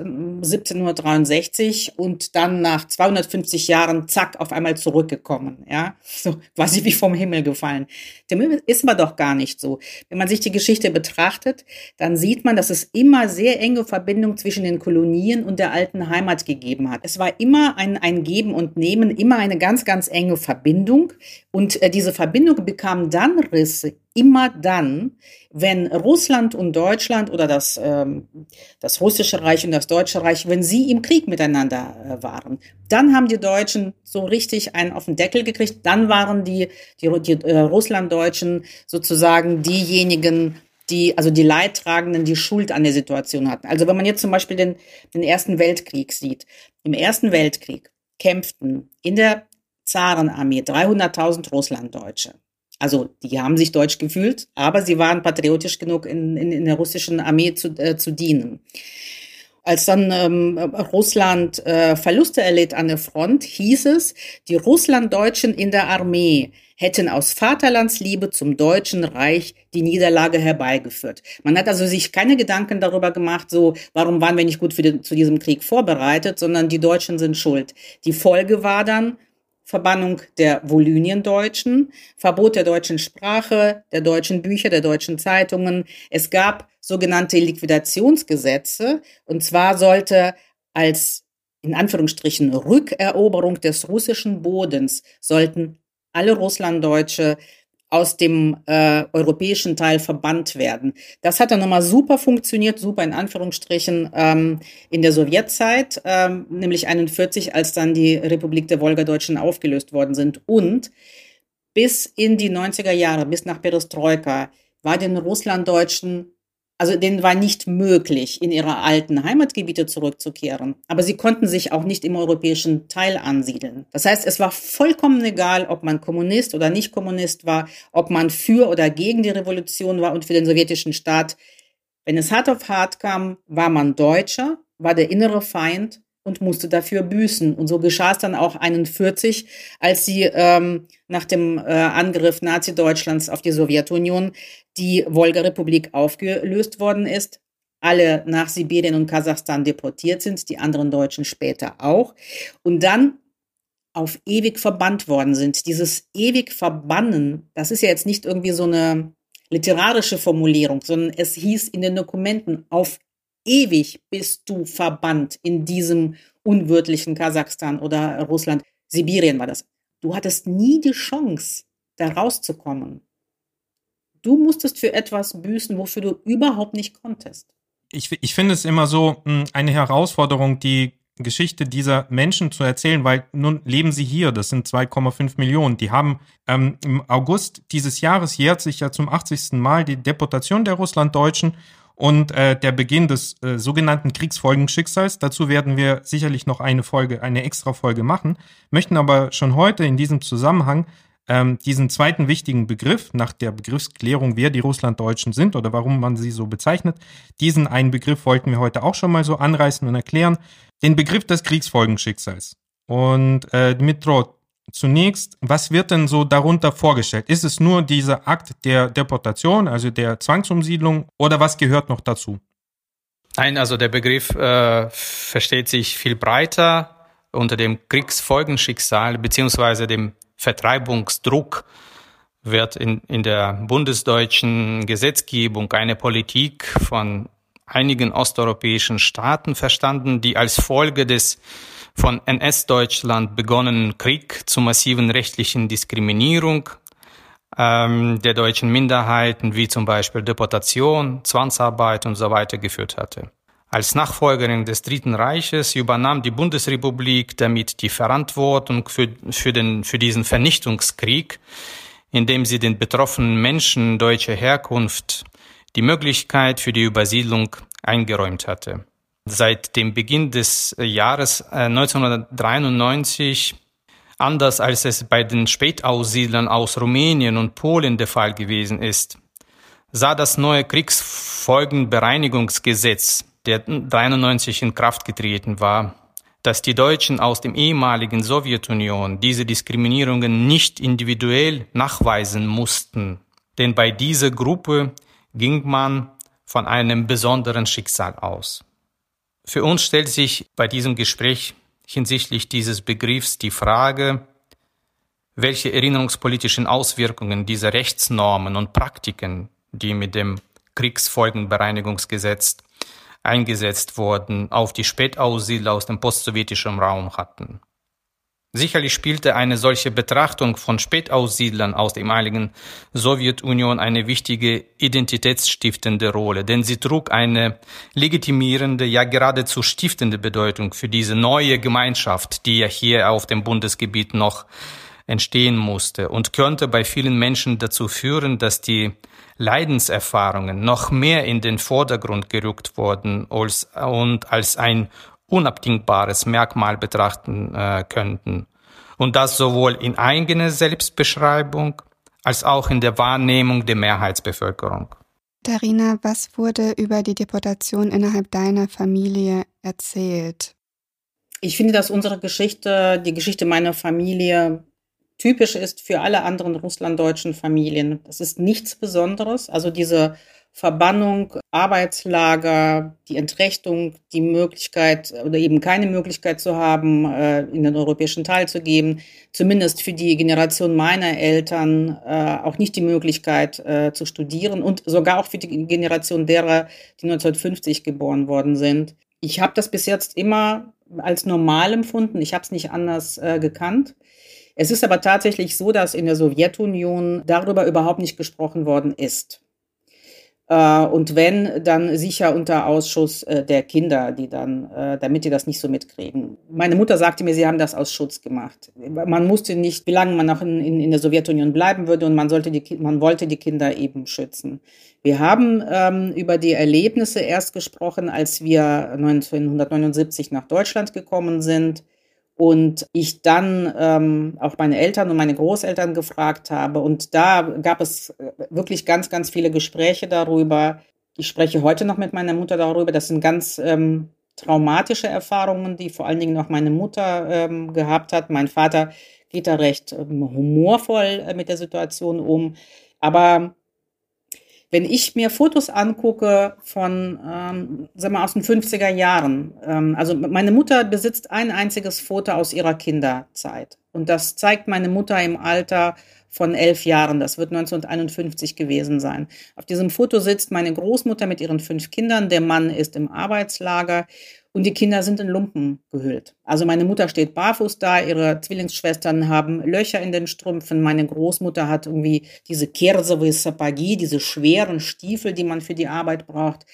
1763, und dann nach 250 Jahren, zack, auf einmal zurückgekommen. Ja, so quasi wie vom Himmel gefallen. Dem ist aber doch gar nicht so. Wenn man sich die Geschichte betrachtet, dann sieht man, dass es immer sehr enge Verbindung zwischen den Kolonien und der alten Heimat gegeben hat. Es war immer ein Geben und Nehmen, immer eine ganz, ganz enge Verbindung. Und diese Verbindung bekam dann Risse, immer dann, wenn Russland und Deutschland oder das Russische Reich und das Deutsche Reich, wenn sie im Krieg miteinander waren. Dann haben die Deutschen so richtig einen auf den Deckel gekriegt. Dann waren die Russlanddeutschen sozusagen diejenigen, die Leidtragenden, die Schuld an der Situation hatten. Also wenn man jetzt zum Beispiel den Ersten Weltkrieg sieht. Im Ersten Weltkrieg kämpften in der Zarenarmee 300.000 Russlanddeutsche. Also die haben sich deutsch gefühlt, aber sie waren patriotisch genug, in der russischen Armee zu dienen. Als dann Russland Verluste erlitt an der Front, hieß es, die Russlanddeutschen in der Armee hätten aus Vaterlandsliebe zum Deutschen Reich die Niederlage herbeigeführt. Man hat also sich keine Gedanken darüber gemacht, so, warum waren wir nicht gut zu diesem Krieg vorbereitet, sondern die Deutschen sind schuld. Die Folge war dann Verbannung der Volyniendeutschen, Verbot der deutschen Sprache, der deutschen Bücher, der deutschen Zeitungen. Es gab sogenannte Liquidationsgesetze, und zwar sollte als, in Anführungsstrichen, Rückeroberung des russischen Bodens, sollten alle Russlanddeutsche aus dem europäischen Teil verbannt werden. Das hat dann nochmal super funktioniert, super in Anführungsstrichen, in der Sowjetzeit, nämlich 1941, als dann die Republik der Wolgadeutschen aufgelöst worden sind. Und bis in die 90er Jahre, bis nach Perestroika, war den Russlanddeutschen, also denen war nicht möglich, in ihre alten Heimatgebiete zurückzukehren. Aber sie konnten sich auch nicht im europäischen Teil ansiedeln. Das heißt, es war vollkommen egal, ob man Kommunist oder nicht Kommunist war, ob man für oder gegen die Revolution war und für den sowjetischen Staat. Wenn es hart auf hart kam, war man Deutscher, war der innere Feind und musste dafür büßen. Und so geschah es dann auch 1941, als sie nach dem Angriff Nazi-Deutschlands auf die Sowjetunion die Wolga-Republik aufgelöst worden ist, alle nach Sibirien und Kasachstan deportiert sind, die anderen Deutschen später auch, und dann auf ewig verbannt worden sind. Dieses ewig Verbannen, das ist ja jetzt nicht irgendwie so eine literarische Formulierung, sondern es hieß in den Dokumenten, auf ewig bist du verbannt in diesem unwirtlichen Kasachstan oder Russland. Sibirien war das. Du hattest nie die Chance, da rauszukommen. Du musstest für etwas büßen, wofür du überhaupt nicht konntest. Ich finde es immer so eine Herausforderung, die Geschichte dieser Menschen zu erzählen, weil nun leben sie hier, das sind 2,5 Millionen. Die haben im August dieses Jahres jährt sich ja zum 80. Mal die Deportation der Russlanddeutschen und der Beginn des sogenannten Kriegsfolgenschicksals. Dazu werden wir sicherlich noch eine extra Folge machen, möchten aber schon heute in diesem Zusammenhang diesen zweiten wichtigen Begriff nach der Begriffsklärung, wer die Russlanddeutschen sind oder warum man sie so bezeichnet, diesen einen Begriff wollten wir heute auch schon mal so anreißen und erklären, den Begriff des Kriegsfolgenschicksals. Und Dmitro, zunächst, was wird denn so darunter vorgestellt? Ist es nur dieser Akt der Deportation, also der Zwangsumsiedlung, oder was gehört noch dazu? Nein, also der Begriff versteht sich viel breiter unter dem Kriegsfolgenschicksal beziehungsweise dem Vertreibungsdruck wird in der bundesdeutschen Gesetzgebung eine Politik von einigen osteuropäischen Staaten verstanden, die als Folge des von NS-Deutschland begonnenen Krieg zu massiven rechtlichen Diskriminierung der deutschen Minderheiten, wie zum Beispiel Deportation, Zwangsarbeit und so weiter geführt hatte. Als Nachfolgerin des Dritten Reiches übernahm die Bundesrepublik damit die Verantwortung für diesen Vernichtungskrieg, indem sie den betroffenen Menschen deutscher Herkunft die Möglichkeit für die Übersiedlung eingeräumt hatte. Seit dem Beginn des Jahres 1993, anders als es bei den Spätaussiedlern aus Rumänien und Polen der Fall gewesen ist, sah das neue Kriegsfolgenbereinigungsgesetz, der 1993 in Kraft getreten war, dass die Deutschen aus dem ehemaligen Sowjetunion diese Diskriminierungen nicht individuell nachweisen mussten. Denn bei dieser Gruppe ging man von einem besonderen Schicksal aus. Für uns stellt sich bei diesem Gespräch hinsichtlich dieses Begriffs die Frage, welche erinnerungspolitischen Auswirkungen diese Rechtsnormen und Praktiken, die mit dem Kriegsfolgenbereinigungsgesetz eingesetzt wurden, auf die Spätaussiedler aus dem postsowjetischen Raum hatten. Sicherlich spielte eine solche Betrachtung von Spätaussiedlern aus der ehemaligen Sowjetunion eine wichtige identitätsstiftende Rolle, denn sie trug eine legitimierende, ja geradezu stiftende Bedeutung für diese neue Gemeinschaft, die ja hier auf dem Bundesgebiet noch entstehen musste und könnte bei vielen Menschen dazu führen, dass die Leidenserfahrungen noch mehr in den Vordergrund gerückt wurden und als ein unabdingbares Merkmal betrachten könnten. Und das sowohl in eigener Selbstbeschreibung als auch in der Wahrnehmung der Mehrheitsbevölkerung. Darina, was wurde über die Deportation innerhalb deiner Familie erzählt? Ich finde, dass unsere Geschichte, die Geschichte meiner Familie, typisch ist für alle anderen russlanddeutschen Familien. Das ist nichts Besonderes. Also diese Verbannung, Arbeitslager, die Entrechtung, die Möglichkeit oder eben keine Möglichkeit zu haben, in den europäischen Teil zu gehen, zumindest für die Generation meiner Eltern auch nicht die Möglichkeit zu studieren und sogar auch für die Generation derer, die 1950 geboren worden sind. Ich habe das bis jetzt immer als normal empfunden. Ich habe es nicht anders gekannt. Es ist aber tatsächlich so, dass in der Sowjetunion darüber überhaupt nicht gesprochen worden ist. Und wenn, dann sicher unter Ausschuss der Kinder, die dann, damit die das nicht so mitkriegen. Meine Mutter sagte mir, sie haben das aus Schutz gemacht. Man wusste nicht, wie lange man noch in der Sowjetunion bleiben würde und man wollte die Kinder eben schützen. Wir haben über die Erlebnisse erst gesprochen, als wir 1979 nach Deutschland gekommen sind. Und ich dann auch meine Eltern und meine Großeltern gefragt habe. Und da gab es wirklich ganz, ganz viele Gespräche darüber. Ich spreche heute noch mit meiner Mutter darüber. Das sind ganz traumatische Erfahrungen, die vor allen Dingen auch meine Mutter gehabt hat. Mein Vater geht da recht humorvoll mit der Situation um. Aber wenn ich mir Fotos angucke von, sagen wir, aus den 50er Jahren, also meine Mutter besitzt ein einziges Foto aus ihrer Kinderzeit. Und das zeigt meine Mutter im Alter von 11 Jahren. Das wird 1951 gewesen sein. Auf diesem Foto sitzt meine Großmutter mit ihren 5 Kindern. Der Mann ist im Arbeitslager. Und die Kinder sind in Lumpen gehüllt. Also meine Mutter steht barfuß da, ihre Zwillingsschwestern haben Löcher in den Strümpfen. Meine Großmutter hat irgendwie diese Kersove Sapagi, diese schweren Stiefel, die man für die Arbeit braucht.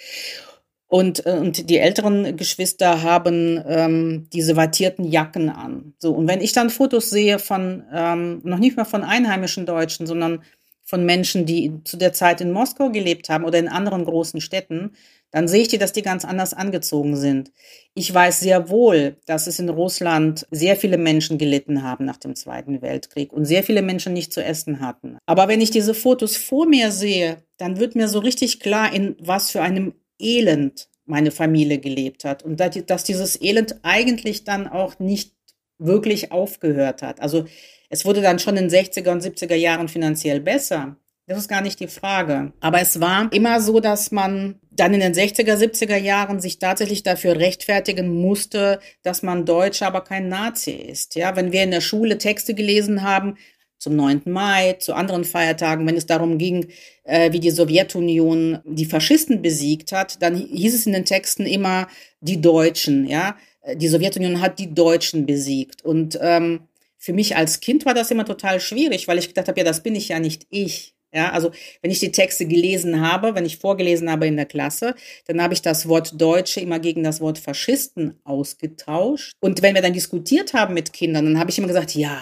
Und die älteren Geschwister haben diese wattierten Jacken an. So, und wenn ich dann Fotos sehe von, noch nicht mal von einheimischen Deutschen, sondern von Menschen, die zu der Zeit in Moskau gelebt haben oder in anderen großen Städten, dann sehe ich dass die ganz anders angezogen sind. Ich weiß sehr wohl, dass es in Russland sehr viele Menschen gelitten haben nach dem Zweiten Weltkrieg und sehr viele Menschen nicht zu essen hatten. Aber wenn ich diese Fotos vor mir sehe, dann wird mir so richtig klar, in was für einem Elend meine Familie gelebt hat und dass dieses Elend eigentlich dann auch nicht wirklich aufgehört hat. Also es wurde dann schon in den 60er und 70er Jahren finanziell besser. Das ist gar nicht die Frage. Aber es war immer so, dass man dann in den 60er, 70er Jahren sich tatsächlich dafür rechtfertigen musste, dass man Deutscher, aber kein Nazi ist. Ja, wenn wir in der Schule Texte gelesen haben, zum 9. Mai, zu anderen Feiertagen, wenn es darum ging, wie die Sowjetunion die Faschisten besiegt hat, dann hieß es in den Texten immer die Deutschen. Ja, die Sowjetunion hat die Deutschen besiegt. Und für mich als Kind war das immer total schwierig, weil ich gedacht habe, ja, das bin ich ja nicht ich. Ja, also wenn ich die Texte gelesen habe, wenn ich vorgelesen habe in der Klasse, dann habe ich das Wort Deutsche immer gegen das Wort Faschisten ausgetauscht. Und wenn wir dann diskutiert haben mit Kindern, dann habe ich immer gesagt, ja,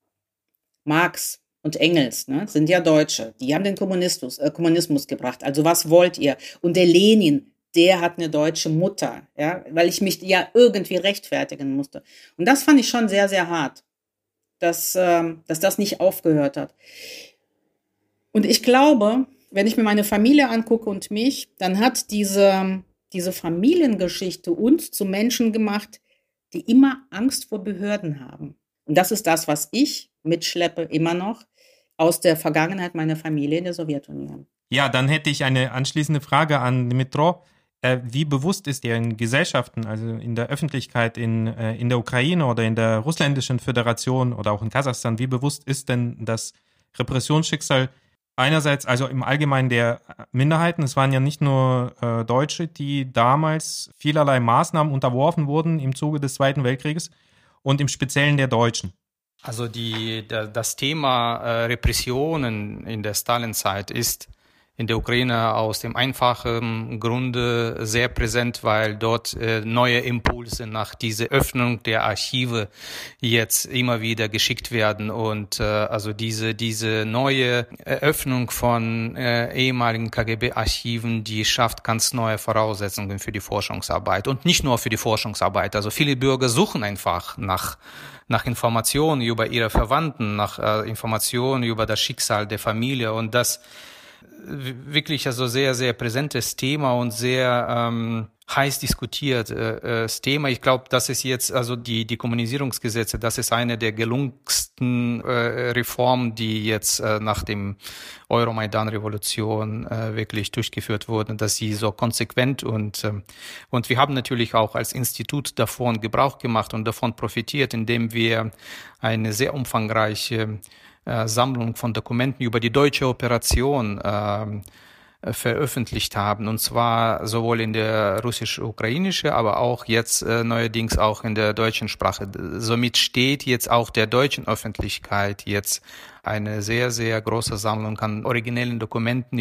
Marx und Engels, ne, sind ja Deutsche. Die haben den Kommunismus gebracht. Also was wollt ihr? Und der Lenin, der hat eine deutsche Mutter, ja, weil ich mich ja irgendwie rechtfertigen musste. Und das fand ich schon sehr, sehr hart, dass das nicht aufgehört hat. Und ich glaube, wenn ich mir meine Familie angucke und mich, dann hat diese Familiengeschichte uns zu Menschen gemacht, die immer Angst vor Behörden haben. Und das ist das, was ich mitschleppe immer noch aus der Vergangenheit meiner Familie in der Sowjetunion. Ja, dann hätte ich eine anschließende Frage an Dmytro. Wie bewusst ist dir in Gesellschaften, also in der Öffentlichkeit in der Ukraine oder in der Russländischen Föderation oder auch in Kasachstan, wie bewusst ist denn das Repressionsschicksal einerseits, also im Allgemeinen der Minderheiten? Es waren ja nicht nur Deutsche, die damals vielerlei Maßnahmen unterworfen wurden im Zuge des Zweiten Weltkrieges und im Speziellen der Deutschen. Also das Thema Repressionen in der Stalinzeit ist in der Ukraine aus dem einfachen Grunde sehr präsent, weil dort neue Impulse nach dieser Öffnung der Archive jetzt immer wieder geschickt werden und also diese neue Eröffnung von ehemaligen KGB-Archiven, die schafft ganz neue Voraussetzungen für die Forschungsarbeit und nicht nur für die Forschungsarbeit. Also viele Bürger suchen einfach nach Informationen über ihre Verwandten, nach Informationen über das Schicksal der Familie und das wirklich also sehr, sehr präsentes Thema und sehr heiß diskutiertes Thema. Ich glaube, das ist jetzt also die Kommunisierungsgesetze, das ist eine der gelungensten Reformen, die jetzt nach dem Euromaidan-Revolution wirklich durchgeführt wurden, dass sie so konsequent und wir haben natürlich auch als Institut davon Gebrauch gemacht und davon profitiert, indem wir eine sehr umfangreiche Sammlung von Dokumenten über die deutsche Operation veröffentlicht haben, und zwar sowohl in der russisch-ukrainische, aber auch jetzt neuerdings auch in der deutschen Sprache. Somit steht jetzt auch der deutschen Öffentlichkeit jetzt eine sehr, sehr große Sammlung an originellen Dokumenten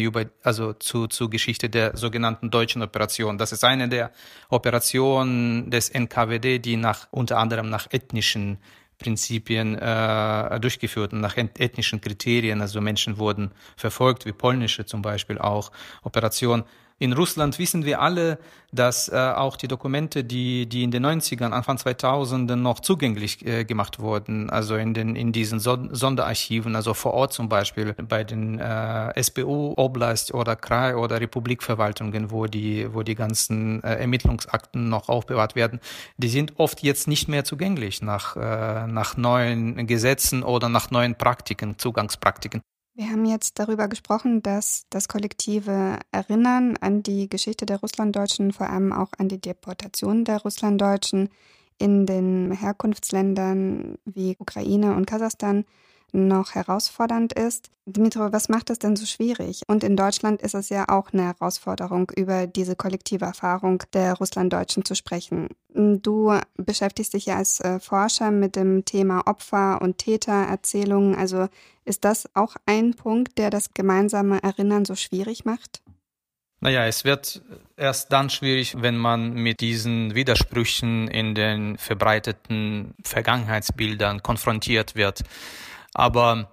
zur Geschichte der sogenannten deutschen Operation. Das ist eine der Operationen des NKWD, die unter anderem nach ethnischen Prinzipien durchgeführt und nach ethnischen Kriterien. Also Menschen wurden verfolgt, wie polnische zum Beispiel auch Operationen. In Russland wissen wir alle, dass auch die Dokumente, die in den 90ern, Anfang 2000ern noch zugänglich gemacht wurden, also in diesen Sonderarchiven, also vor Ort zum Beispiel bei den SBU, Oblast oder Krai oder Republikverwaltungen, wo die ganzen Ermittlungsakten noch aufbewahrt werden, die sind oft jetzt nicht mehr zugänglich nach neuen Gesetzen oder nach neuen Praktiken, Zugangspraktiken. Wir haben jetzt darüber gesprochen, dass das kollektive Erinnern an die Geschichte der Russlanddeutschen, vor allem auch an die Deportation der Russlanddeutschen in den Herkunftsländern wie Ukraine und Kasachstan noch herausfordernd ist. Dmitro, was macht es denn so schwierig? Und in Deutschland ist es ja auch eine Herausforderung, über diese kollektive Erfahrung der Russlanddeutschen zu sprechen. Du beschäftigst dich ja als Forscher mit dem Thema Opfer- und Tätererzählungen. Also ist das auch ein Punkt, der das gemeinsame Erinnern so schwierig macht? Naja, es wird erst dann schwierig, wenn man mit diesen Widersprüchen in den verbreiteten Vergangenheitsbildern konfrontiert wird. Aber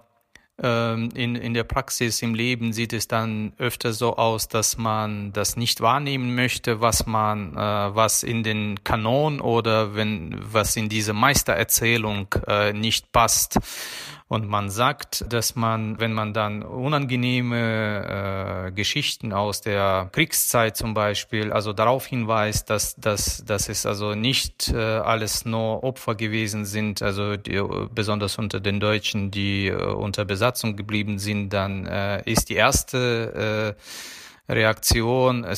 in der Praxis, im Leben sieht es dann öfter so aus, dass man das nicht wahrnehmen möchte, was in den Kanon oder was in diese Meistererzählung nicht passt. Und man sagt, dass wenn man dann unangenehme Geschichten aus der Kriegszeit zum Beispiel, also darauf hinweist, dass es also nicht alles nur Opfer gewesen sind, also besonders unter den Deutschen, die unter Besatzung geblieben sind, dann ist die erste Reaktion,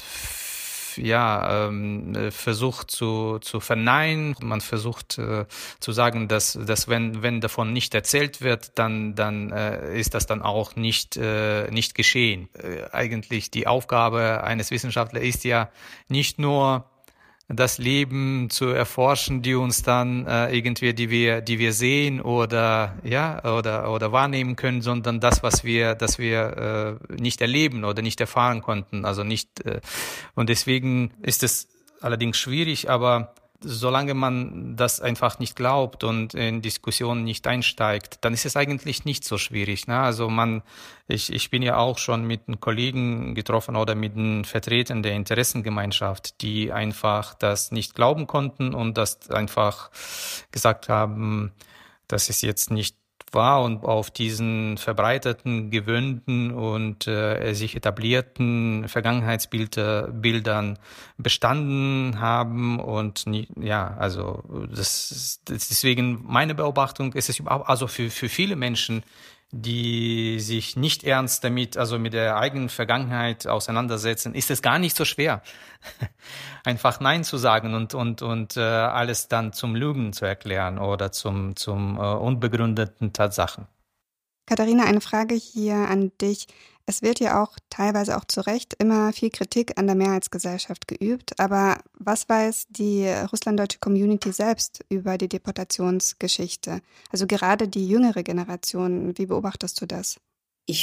versucht zu verneinen. Man versucht zu sagen, dass wenn davon nicht erzählt wird, dann ist das dann auch nicht geschehen. Eigentlich die Aufgabe eines Wissenschaftlers ist ja nicht nur das Leben zu erforschen, die uns dann die wir sehen oder wahrnehmen können, sondern das wir nicht erleben oder nicht erfahren konnten, also nicht und deswegen ist es allerdings schwierig, aber solange man das einfach nicht glaubt und in Diskussionen nicht einsteigt, dann ist es eigentlich nicht so schwierig, ne? Also ich bin ja auch schon mit den Kollegen getroffen oder mit den Vertretern der Interessengemeinschaft, die einfach das nicht glauben konnten und das einfach gesagt haben, das ist jetzt nicht wahr und auf diesen verbreiteten, gewöhnten und sich etablierten Vergangenheitsbildern bestanden haben und also das deswegen meine Beobachtung ist es überhaupt, also für viele Menschen, die sich nicht ernst damit, also mit der eigenen Vergangenheit auseinandersetzen, ist es gar nicht so schwer, einfach Nein zu sagen und alles dann zum Lügen zu erklären oder zum unbegründeten Tatsachen. Katharina, eine Frage hier an dich. Es wird ja auch teilweise auch zu Recht immer viel Kritik an der Mehrheitsgesellschaft geübt. Aber was weiß die russlanddeutsche Community selbst über die Deportationsgeschichte? Also gerade die jüngere Generation, wie beobachtest du das? Ich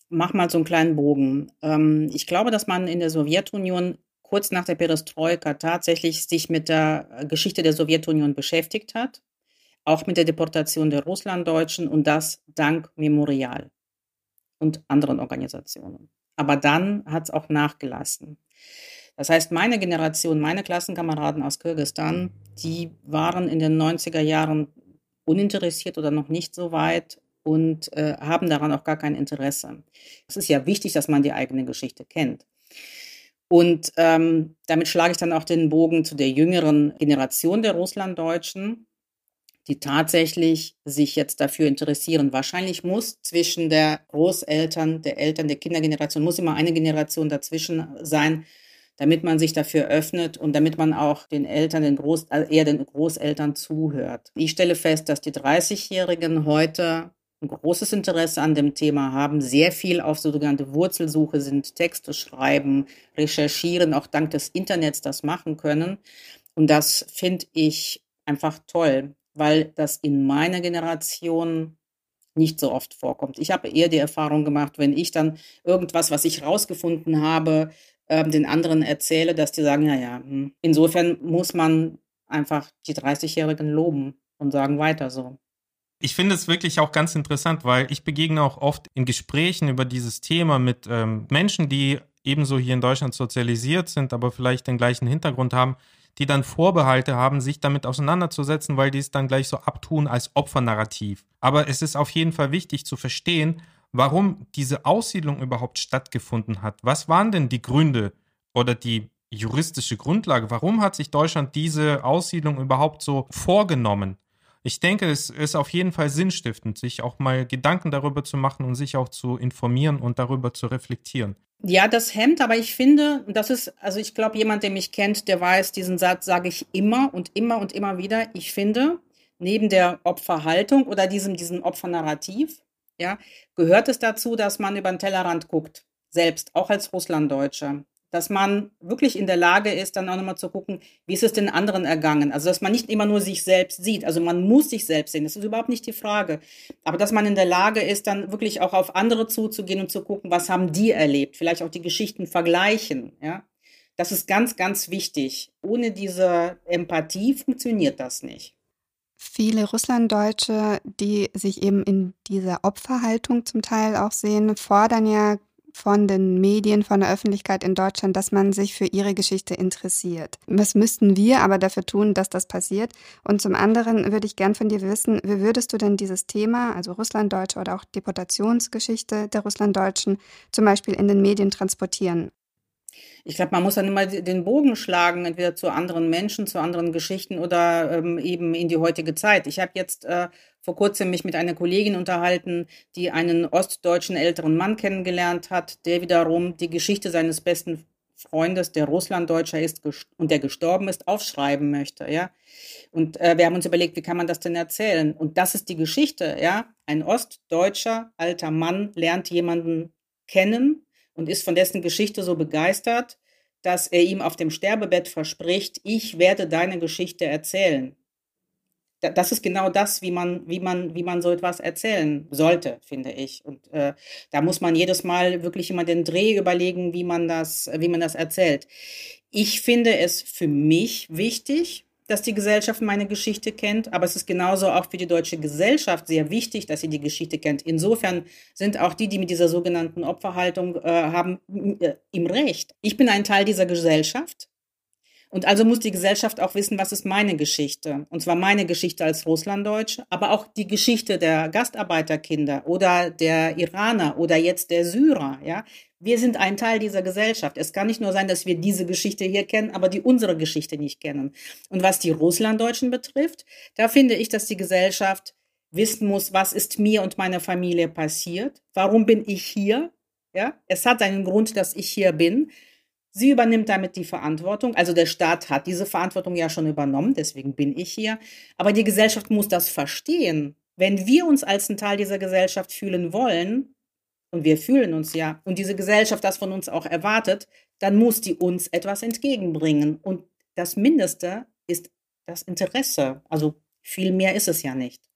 mache mal so einen kleinen Bogen. Ich glaube, dass man in der Sowjetunion kurz nach der Perestroika tatsächlich sich mit der Geschichte der Sowjetunion beschäftigt hat, auch mit der Deportation der Russlanddeutschen und das dank Memorial und anderen Organisationen. Aber dann hat es auch nachgelassen. Das heißt, meine Generation, meine Klassenkameraden aus Kirgisistan, die waren in den 90er Jahren uninteressiert oder noch nicht so weit und haben daran auch gar kein Interesse. Es ist ja wichtig, dass man die eigene Geschichte kennt. Und damit schlage ich dann auch den Bogen zu der jüngeren Generation der Russlanddeutschen, die tatsächlich sich jetzt dafür interessieren. Wahrscheinlich muss zwischen der Großeltern, der Eltern, der Kindergeneration, muss immer eine Generation dazwischen sein, damit man sich dafür öffnet und damit man auch den Eltern, den Großeltern zuhört. Ich stelle fest, dass die 30-Jährigen heute ein großes Interesse an dem Thema haben, sehr viel auf sogenannte Wurzelsuche sind, Texte schreiben, recherchieren, auch dank des Internets das machen können. Und das finde ich einfach toll, weil das in meiner Generation nicht so oft vorkommt. Ich habe eher die Erfahrung gemacht, wenn ich dann irgendwas, was ich rausgefunden habe, den anderen erzähle, dass die sagen, ja. Insofern muss man einfach die 30-Jährigen loben und sagen, weiter so. Ich finde es wirklich auch ganz interessant, weil ich begegne auch oft in Gesprächen über dieses Thema mit Menschen, die ebenso hier in Deutschland sozialisiert sind, aber vielleicht den gleichen Hintergrund haben, die dann Vorbehalte haben, sich damit auseinanderzusetzen, weil die es dann gleich so abtun als Opfernarrativ. Aber es ist auf jeden Fall wichtig zu verstehen, warum diese Aussiedlung überhaupt stattgefunden hat. Was waren denn die Gründe oder die juristische Grundlage? Warum hat sich Deutschland diese Aussiedlung überhaupt so vorgenommen? Ich denke, es ist auf jeden Fall sinnstiftend, sich auch mal Gedanken darüber zu machen und sich auch zu informieren und darüber zu reflektieren. Ja, das hemmt, aber ich finde, das ist, also ich glaube, jemand, der mich kennt, der weiß, diesen Satz sage ich immer und immer und immer wieder. Ich finde, neben der Opferhaltung oder diesem Opfernarrativ, ja, gehört es dazu, dass man über den Tellerrand guckt, selbst, auch als Russlanddeutscher. Dass man wirklich in der Lage ist, dann auch nochmal zu gucken, wie ist es den anderen ergangen. Also, dass man nicht immer nur sich selbst sieht. Also, man muss sich selbst sehen. Das ist überhaupt nicht die Frage. Aber dass man in der Lage ist, dann wirklich auch auf andere zuzugehen und zu gucken, was haben die erlebt. Vielleicht auch die Geschichten vergleichen, ja. Das ist ganz, ganz wichtig. Ohne diese Empathie funktioniert das nicht. Viele Russlanddeutsche, die sich eben in dieser Opferhaltung zum Teil auch sehen, fordern ja von den Medien, von der Öffentlichkeit in Deutschland, dass man sich für ihre Geschichte interessiert. Was müssten wir aber dafür tun, dass das passiert? Und zum anderen würde ich gern von dir wissen, wie würdest du denn dieses Thema, also Russlanddeutsche oder auch Deportationsgeschichte der Russlanddeutschen, zum Beispiel in den Medien transportieren? Ich glaube, man muss dann immer den Bogen schlagen, entweder zu anderen Menschen, zu anderen Geschichten oder eben in die heutige Zeit. Ich habe jetzt vor kurzem mich mit einer Kollegin unterhalten, die einen ostdeutschen älteren Mann kennengelernt hat, der wiederum die Geschichte seines besten Freundes, der Russlanddeutscher ist und der gestorben ist, aufschreiben möchte. Ja? Und wir haben uns überlegt, wie kann man das denn erzählen? Und das ist die Geschichte. Ja? Ein ostdeutscher alter Mann lernt jemanden kennen und ist von dessen Geschichte so begeistert, dass er ihm auf dem Sterbebett verspricht, ich werde deine Geschichte erzählen. Das ist genau das, wie man so etwas erzählen sollte, finde ich. Und da muss man jedes Mal wirklich immer den Dreh überlegen, wie man das erzählt. Ich finde es für mich wichtig, dass die Gesellschaft meine Geschichte kennt, aber es ist genauso auch für die deutsche Gesellschaft sehr wichtig, dass sie die Geschichte kennt. Insofern sind auch die mit dieser sogenannten Opferhaltung haben, im Recht. Ich bin ein Teil dieser Gesellschaft und also muss die Gesellschaft auch wissen, was ist meine Geschichte. Und zwar meine Geschichte als Russlanddeutsche, aber auch die Geschichte der Gastarbeiterkinder oder der Iraner oder jetzt der Syrer, ja. Wir sind ein Teil dieser Gesellschaft. Es kann nicht nur sein, dass wir diese Geschichte hier kennen, aber die unsere Geschichte nicht kennen. Und was die Russlanddeutschen betrifft, da finde ich, dass die Gesellschaft wissen muss, was ist mir und meiner Familie passiert? Warum bin ich hier? Ja, es hat einen Grund, dass ich hier bin. Sie übernimmt damit die Verantwortung. Also der Staat hat diese Verantwortung ja schon übernommen, deswegen bin ich hier. Aber die Gesellschaft muss das verstehen. Wenn wir uns als ein Teil dieser Gesellschaft fühlen wollen, und wir fühlen uns ja, und diese Gesellschaft das von uns auch erwartet, dann muss die uns etwas entgegenbringen. Und das Mindeste ist das Interesse. Also viel mehr ist es ja nicht.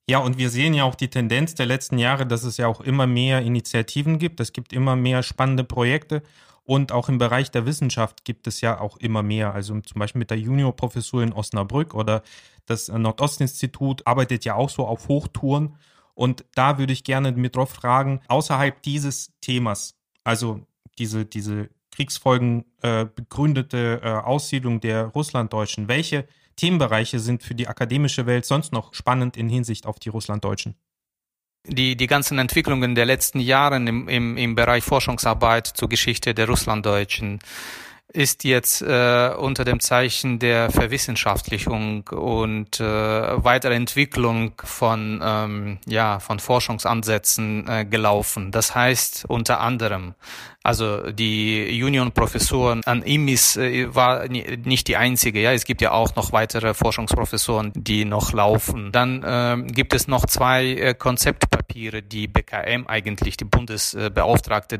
Ja, und wir sehen ja auch die Tendenz der letzten Jahre, dass es ja auch immer mehr Initiativen gibt. Es gibt immer mehr spannende Projekte und auch im Bereich der Wissenschaft gibt es ja auch immer mehr. Also zum Beispiel mit der Juniorprofessur in Osnabrück oder das Nordostinstitut arbeitet ja auch so auf Hochtouren. Und da würde ich gerne mit drauf fragen, außerhalb dieses Themas, also diese Kriegsfolgen begründete Aussiedlung der Russlanddeutschen, welche Themenbereiche sind für die akademische Welt sonst noch spannend in Hinsicht auf die Russlanddeutschen? Die ganzen Entwicklungen der letzten Jahre im Bereich Forschungsarbeit zur Geschichte der Russlanddeutschen ist jetzt unter dem Zeichen der Verwissenschaftlichung und weiterer Entwicklung von Forschungsansätzen gelaufen. Das heißt unter anderem, also die Junionprofessoren an IMIS war nicht die einzige. Ja, es gibt ja auch noch weitere Forschungsprofessoren, die noch laufen. Dann gibt es noch 2 Konzeptpapiere, die BKM eigentlich, die Bundesbeauftragte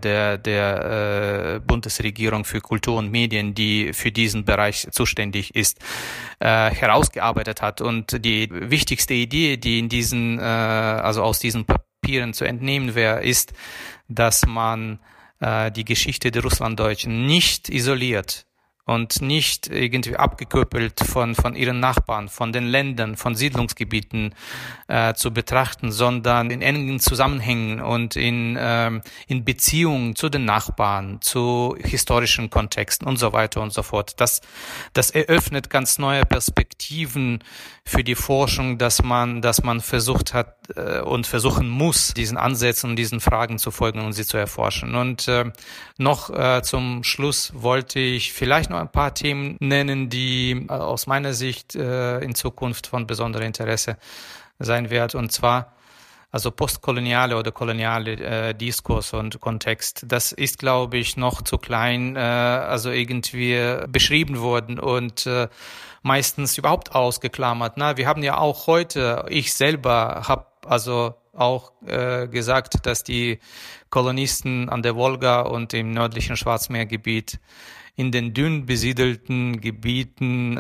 der Bundesregierung für Kultur und Medien, die für diesen Bereich zuständig ist, herausgearbeitet hat. Und die wichtigste Idee, die in diesen, also aus diesen Papieren zu entnehmen wäre, ist, dass man die Geschichte der Russlanddeutschen nicht isoliert und nicht irgendwie abgekoppelt von ihren Nachbarn, von den Ländern, von Siedlungsgebieten zu betrachten, sondern in engen Zusammenhängen und in Beziehungen zu den Nachbarn, zu historischen Kontexten und so weiter und so fort. Das eröffnet ganz neue Perspektiven für die Forschung, dass man versucht hat und versuchen muss, diesen Ansätzen und diesen Fragen zu folgen und sie zu erforschen. Und noch zum Schluss wollte ich vielleicht noch ein paar Themen nennen, die aus meiner Sicht in Zukunft von besonderem Interesse sein wird. Und zwar also postkoloniale oder koloniale Diskurs und Kontext. Das ist, glaube ich, noch zu klein, also irgendwie beschrieben worden und meistens überhaupt ausgeklammert. Na, wir haben ja auch heute, ich selber habe also auch gesagt, dass die Kolonisten an der Wolga und im nördlichen Schwarzmeergebiet in den dünn besiedelten Gebieten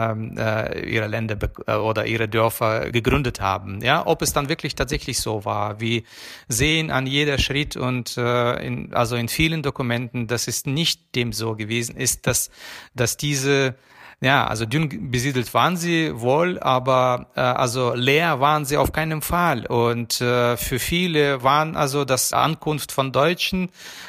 ihre Länder oder ihre Dörfer gegründet haben. Ja, ob es dann wirklich tatsächlich so war. Wir sehen an jeder Schritt und in vielen Dokumenten, dass es nicht dem so gewesen ist, dass diese also dünn besiedelt waren sie wohl, aber also leer waren sie auf keinen Fall. Und für viele waren also das Ankunft von Deutschen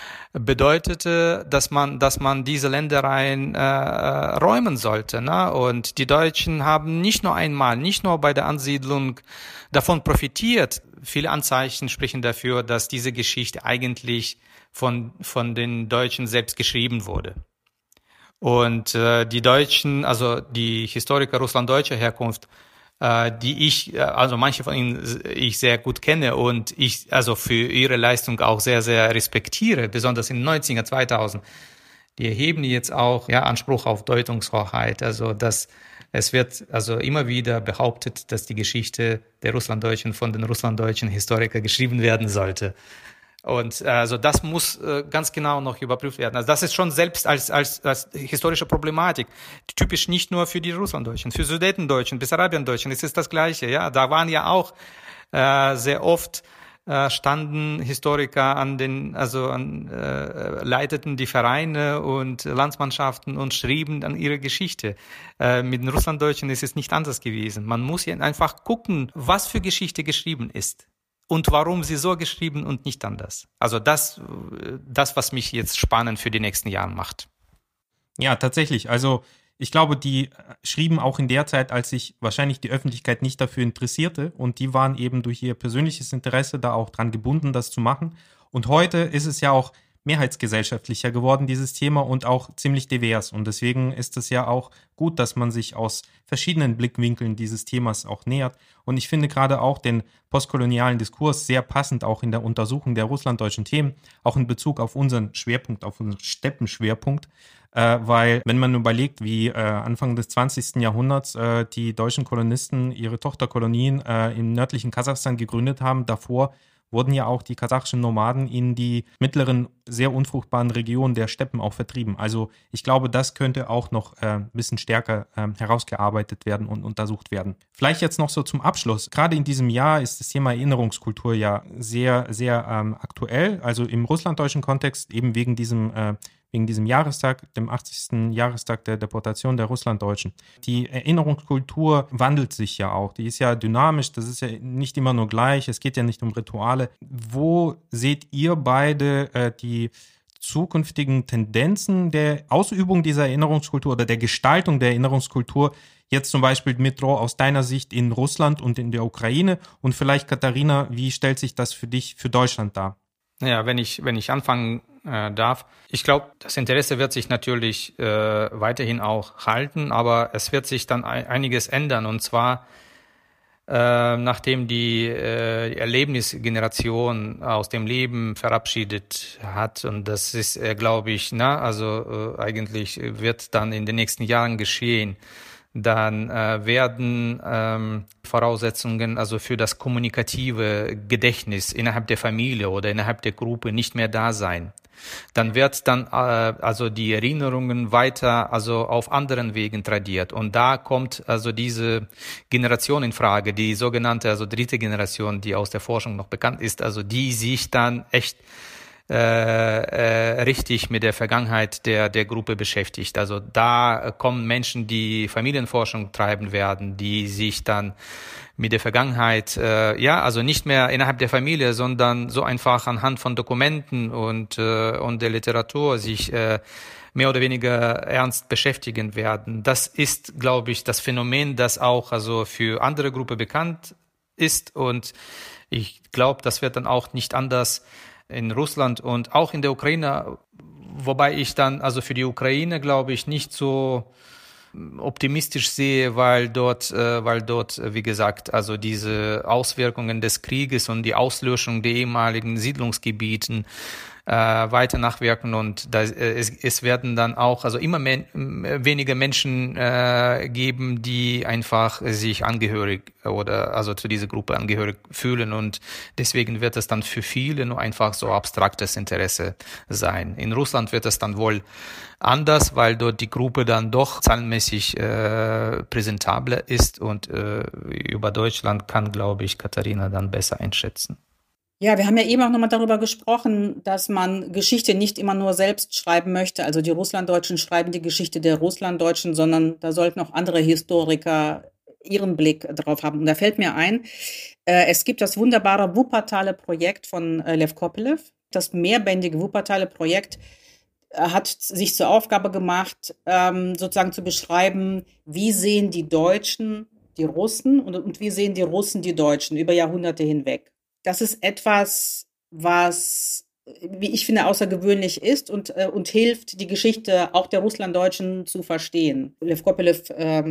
bedeutete, dass man diese Ländereien räumen sollte. Ne? Und die Deutschen haben nicht nur bei der Ansiedlung davon profitiert. Viele Anzeichen sprechen dafür, dass diese Geschichte eigentlich von den Deutschen selbst geschrieben wurde. Und die Deutschen, also die Historiker russlanddeutscher Herkunft, die ich, also manche von ihnen ich sehr gut kenne und ich also für ihre Leistung auch sehr, sehr respektiere, besonders in den 90er, 2000, die erheben jetzt auch Anspruch auf Deutungshoheit. Also es wird also immer wieder behauptet, dass die Geschichte der Russlanddeutschen von den russlanddeutschen Historikern geschrieben werden sollte. Und also das muss ganz genau noch überprüft werden. Also das ist schon selbst als historische Problematik typisch nicht nur für die Russlanddeutschen, für Sudetendeutschen, Bessarabiendeutschen ist es das Gleiche. Ja, da waren ja auch sehr oft standen Historiker leiteten die Vereine und Landsmannschaften und schrieben an ihre Geschichte. Mit den Russlanddeutschen ist es nicht anders gewesen. Man muss ja einfach gucken, was für Geschichte geschrieben ist. Und warum sie so geschrieben und nicht anders. Also das, was mich jetzt spannend für die nächsten Jahre macht. Ja, tatsächlich. Also ich glaube, die schrieben auch in der Zeit, als sich wahrscheinlich die Öffentlichkeit nicht dafür interessierte. Und die waren eben durch ihr persönliches Interesse da auch dran gebunden, das zu machen. Und heute ist es ja auch mehrheitsgesellschaftlicher geworden, dieses Thema, und auch ziemlich divers. Und deswegen ist es ja auch gut, dass man sich aus verschiedenen Blickwinkeln dieses Themas auch nähert. Und ich finde gerade auch den postkolonialen Diskurs sehr passend, auch in der Untersuchung der russlanddeutschen Themen, auch in Bezug auf unseren Schwerpunkt, auf unseren Steppenschwerpunkt. Weil, wenn man überlegt, wie Anfang des 20. Jahrhunderts die deutschen Kolonisten ihre Tochterkolonien im nördlichen Kasachstan gegründet haben, davor wurden ja auch die kasachischen Nomaden in die mittleren, sehr unfruchtbaren Regionen der Steppen auch vertrieben. Also ich glaube, das könnte auch noch ein bisschen stärker herausgearbeitet werden und untersucht werden. Vielleicht jetzt noch so zum Abschluss. Gerade in diesem Jahr ist das Thema Erinnerungskultur ja sehr, sehr aktuell. Also im russlanddeutschen Kontext eben wegen diesem Jahrestag, dem 80. Jahrestag der Deportation der Russlanddeutschen. Die Erinnerungskultur wandelt sich ja auch. Die ist ja dynamisch, das ist ja nicht immer nur gleich, es geht ja nicht um Rituale. Wo seht ihr beide die zukünftigen Tendenzen der Ausübung dieser Erinnerungskultur oder der Gestaltung der Erinnerungskultur, jetzt zum Beispiel Dmytro aus deiner Sicht in Russland und in der Ukraine? Und vielleicht, Katharina, wie stellt sich das für dich, für Deutschland dar? Ja, wenn ich anfangen darf. Ich glaube, das Interesse wird sich natürlich weiterhin auch halten, aber es wird sich dann einiges ändern. Und zwar, nachdem die Erlebnisgeneration aus dem Leben verabschiedet hat. Und das ist, glaube ich, eigentlich wird dann in den nächsten Jahren geschehen. Dann werden Voraussetzungen also für das kommunikative Gedächtnis innerhalb der Familie oder innerhalb der Gruppe nicht mehr da sein. Dann wird dann also die Erinnerungen weiter also auf anderen Wegen tradiert. Und da kommt also diese Generation in Frage, die sogenannte also dritte Generation, die aus der Forschung noch bekannt ist, also die sich dann echt richtig mit der Vergangenheit der Gruppe beschäftigt. Also da kommen Menschen, die Familienforschung treiben werden, die sich dann mit der Vergangenheit, also nicht mehr innerhalb der Familie, sondern so einfach anhand von Dokumenten und der Literatur sich mehr oder weniger ernst beschäftigen werden. Das ist, glaube ich, das Phänomen, das auch also für andere Gruppen bekannt ist, und ich glaube, das wird dann auch nicht anders in Russland und auch in der Ukraine, wobei ich dann also für die Ukraine, glaube ich, nicht so optimistisch sehe, weil dort, wie gesagt, also diese Auswirkungen des Krieges und die Auslöschung der ehemaligen Siedlungsgebieten weiter nachwirken, und es werden dann auch also immer weniger Menschen geben, die einfach sich angehörig oder also zu dieser Gruppe angehörig fühlen, und deswegen wird es dann für viele nur einfach so abstraktes Interesse sein. In Russland wird es dann wohl anders, weil dort die Gruppe dann doch zahlenmäßig präsentabler ist, und über Deutschland kann, glaube ich, Katharina dann besser einschätzen. Ja, wir haben ja eben auch nochmal darüber gesprochen, dass man Geschichte nicht immer nur selbst schreiben möchte. Also die Russlanddeutschen schreiben die Geschichte der Russlanddeutschen, sondern da sollten auch andere Historiker ihren Blick drauf haben. Und da fällt mir ein, es gibt das wunderbare Wuppertaler Projekt von Lev Kopelev. Das mehrbändige Wuppertaler Projekt hat sich zur Aufgabe gemacht, sozusagen zu beschreiben, wie sehen die Deutschen die Russen und wie sehen die Russen die Deutschen über Jahrhunderte hinweg. Das ist etwas, was, wie ich finde, außergewöhnlich ist und hilft, die Geschichte auch der Russlanddeutschen zu verstehen. Lev Kopelev